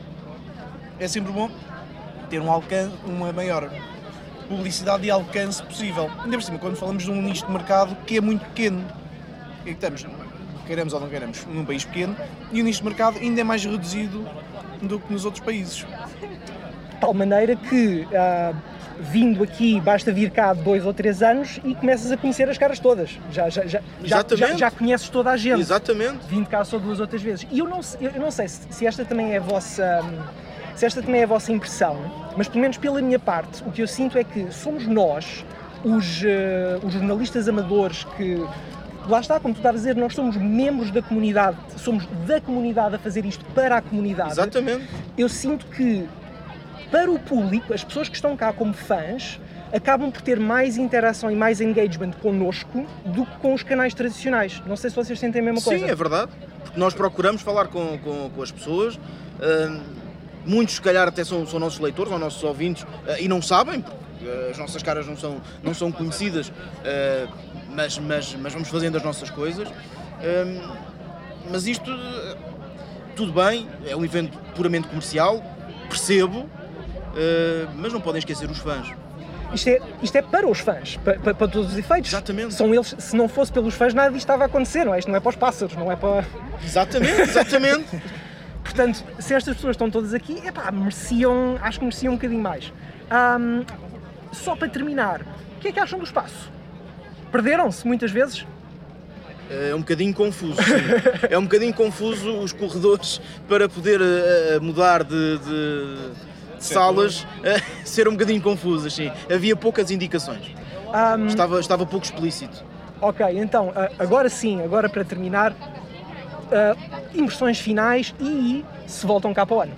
é sempre bom ter um alcance, uma maior publicidade e alcance possível. Ainda por cima, quando falamos de um nicho de mercado que é muito pequeno, e que estamos, queremos ou não queremos, num país pequeno, e o nicho de mercado ainda é mais reduzido do que nos outros países. De tal maneira que, uh, vindo aqui, basta vir cá dois ou três anos e começas a conhecer as caras todas. Já, já, já, já, já, já conheces toda a gente. Exatamente. Vindo cá só duas ou três vezes. E eu não, eu não sei se, se esta também é a vossa... Se esta também é a vossa impressão, mas pelo menos pela minha parte, o que eu sinto é que somos nós, os, uh, os jornalistas amadores que... Lá está, como tu estavas a dizer, nós somos membros da comunidade, somos da comunidade a fazer isto para a comunidade. Exatamente. Eu sinto que, para o público, as pessoas que estão cá como fãs, acabam por ter mais interação e mais engagement connosco do que com os canais tradicionais. Não sei se vocês sentem a mesma coisa. Sim, é verdade. Porque nós procuramos falar com, com, com as pessoas. Uh, muitos, se calhar, até são, são nossos leitores ou nossos ouvintes uh, e não sabem, porque uh, as nossas caras não são, não são conhecidas, uh, mas, mas, mas vamos fazendo as nossas coisas. Uh, mas isto, uh, tudo bem, é um evento puramente comercial, percebo, Uh, mas não podem esquecer os fãs. Isto é, isto é para os fãs, para, para, para todos os efeitos. Exatamente. São eles, se não fosse pelos fãs, nada disto estava a acontecer, não é? Isto não é para os pássaros, não é para... Exatamente, exatamente. Portanto, se estas pessoas estão todas aqui, epá, mereciam, acho que mereciam um bocadinho mais. Um, só para terminar, o que é que acham do espaço? Perderam-se muitas vezes? É um bocadinho confuso, sim. É um bocadinho confuso os corredores para poder uh, mudar de... de... salas a ser um bocadinho confusas, sim. Havia poucas indicações. Um, estava, estava pouco explícito. Ok, então, agora sim, agora para terminar, uh, impressões finais e se voltam cá para o ano.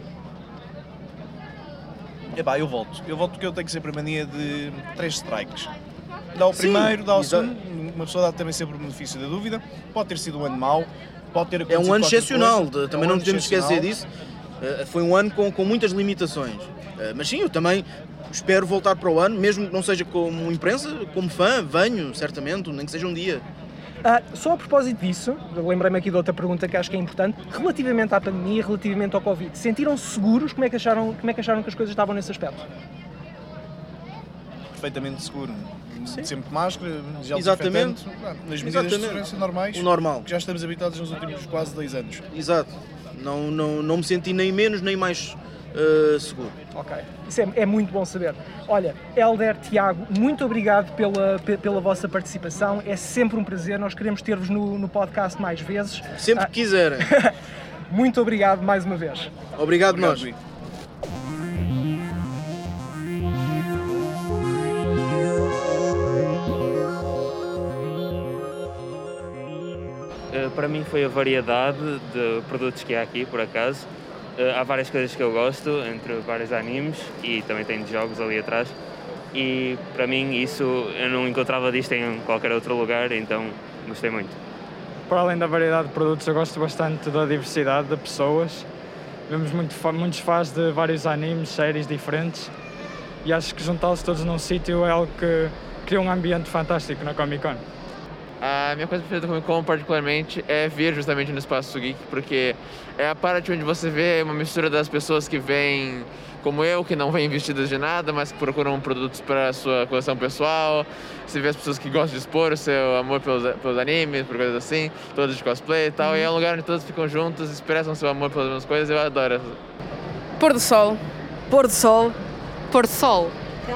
Epá, eu volto. Eu volto porque eu tenho sempre a mania de três strikes. Dá o primeiro, sim, dá o segundo, uma pessoa dá também sempre o benefício da dúvida. Pode ter sido um ano mau, pode ter acontecido É um ano excepcional, coisa, também é um não podemos esquecer disso. Uh, foi um ano com, com muitas limitações, uh, mas sim, eu também espero voltar para o ano, mesmo que não seja como imprensa, como fã, venho, certamente, nem que seja um dia. Uh, só a propósito disso, lembrei-me aqui de outra pergunta que acho que é importante, relativamente à pandemia, relativamente ao Covid, sentiram-se seguros? Como é que acharam, como é que acharam que as coisas estavam nesse aspecto? Perfeitamente seguro. Sim. Sempre máscara, gel Exatamente. desinfetante, nas medidas Exatamente. de segurança normais, o normal. que já estamos habituados nos últimos quase dois anos. Exato. Não, não, não me senti nem menos nem mais uh, seguro. Ok, isso é, é muito bom saber. Olha, Hélder, Tiago, muito obrigado pela, pela vossa participação. É sempre um prazer, nós queremos ter-vos no, no podcast mais vezes. Sempre Ah, que quiserem. Muito obrigado mais uma vez. Obrigado, nós. Rui. Uh, Para mim foi a variedade de produtos que há aqui, por acaso. Uh, Há várias coisas que eu gosto, entre vários animes, e também tem jogos ali atrás. E para mim isso, eu não encontrava disto em qualquer outro lugar, então gostei muito. Para além da variedade de produtos, eu gosto bastante da diversidade de pessoas. Vemos muito, fa- muitos fãs de vários animes, séries diferentes, e acho que juntá-los todos num sítio é algo que cria um ambiente fantástico na Comic Con. A minha coisa preferida da Comic Con, particularmente, é vir justamente no Espaço Geek, porque é a parte onde você vê uma mistura das pessoas que vêm, como eu, que não vêm vestidas de nada, mas que procuram produtos para a sua coleção pessoal. Você vê as pessoas que gostam de expor o seu amor pelos, pelos animes, por coisas assim, todas de cosplay e tal. Uhum. E é um lugar onde todos ficam juntos, expressam seu amor pelas mesmas coisas, eu adoro. Pôr do sol. Pôr do sol. Pôr do sol.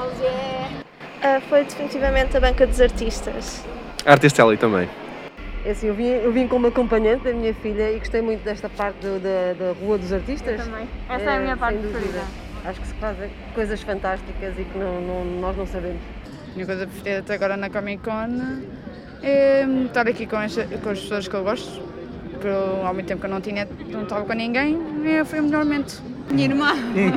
Uh, foi definitivamente a banca dos artistas. Artist Alley também. É assim, eu vim, eu vim como acompanhante da minha filha e gostei muito desta parte do, da, da Rua dos Artistas. Eu também. Essa é, é a minha parte preferida. Acho que se fazem coisas fantásticas e que não, não, nós não sabemos. A minha coisa preferida até agora na Comic Con é estar aqui com, esta, com as pessoas que eu gosto. Porque eu, há muito tempo que eu não tinha, não estava com ninguém e foi o melhor momento. Minha irmã.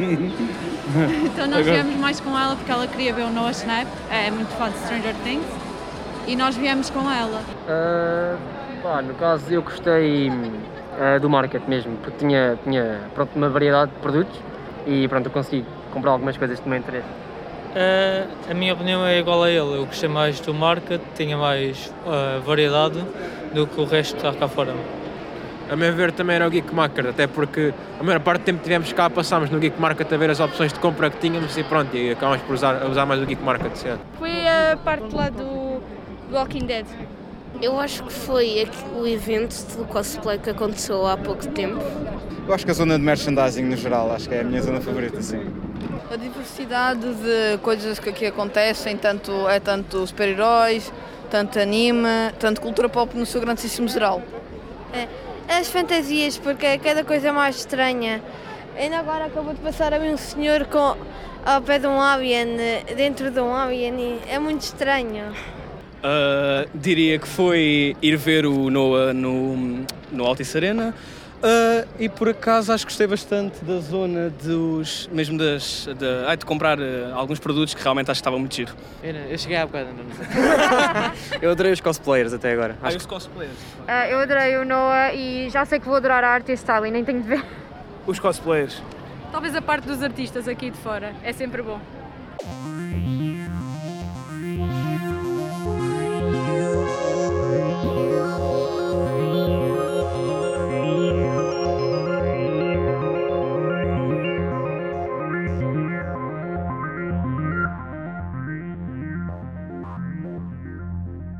Então nós viemos mais com ela porque ela queria ver o Noah Schnapp, é muito fã de Stranger Things, e nós viemos com ela. Uh, pá, no caso eu gostei uh, do market mesmo, porque tinha, tinha pronto, uma variedade de produtos e pronto, eu consegui comprar algumas coisas do meu interesse. Uh, a minha opinião é igual a ele, eu gostei mais do market, tinha mais uh, variedade do que o resto que está cá fora. A meu ver também era o Geek Market, até porque a maior parte do tempo que tivemos cá, passámos no Geek Market a ver as opções de compra que tínhamos e pronto, e acabámos por usar, usar mais o Geek Market, certo? Foi a parte lá do Walking Dead. Eu acho que foi o evento do cosplay que aconteceu há pouco tempo. Eu acho que a zona de merchandising no geral, acho que é a minha zona favorita, sim. A diversidade de coisas que aqui acontecem, tanto, é tanto super-heróis, tanto anime, tanto cultura pop no seu grandíssimo geral. É. As fantasias, porque é cada coisa mais estranha. Ainda agora acabou de passar a mim um senhor com, ao pé de um alien, dentro de um alien, e é muito estranho. Uh, diria que foi ir ver o Noah no, no Altice Arena uh, e por acaso acho que gostei bastante da zona dos, mesmo das, de, ai, de comprar uh, alguns produtos que realmente acho que estava muito giro. Eu cheguei há bocado, não sei. Eu adorei os cosplayers até agora. Ah, os cosplayers? Uh, eu adorei o Noah e já sei que vou adorar a Artist Alley, nem tenho de ver. Os cosplayers. Talvez a parte dos artistas aqui de fora, é sempre bom.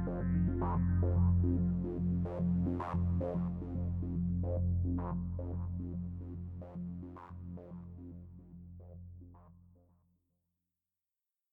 Thank you.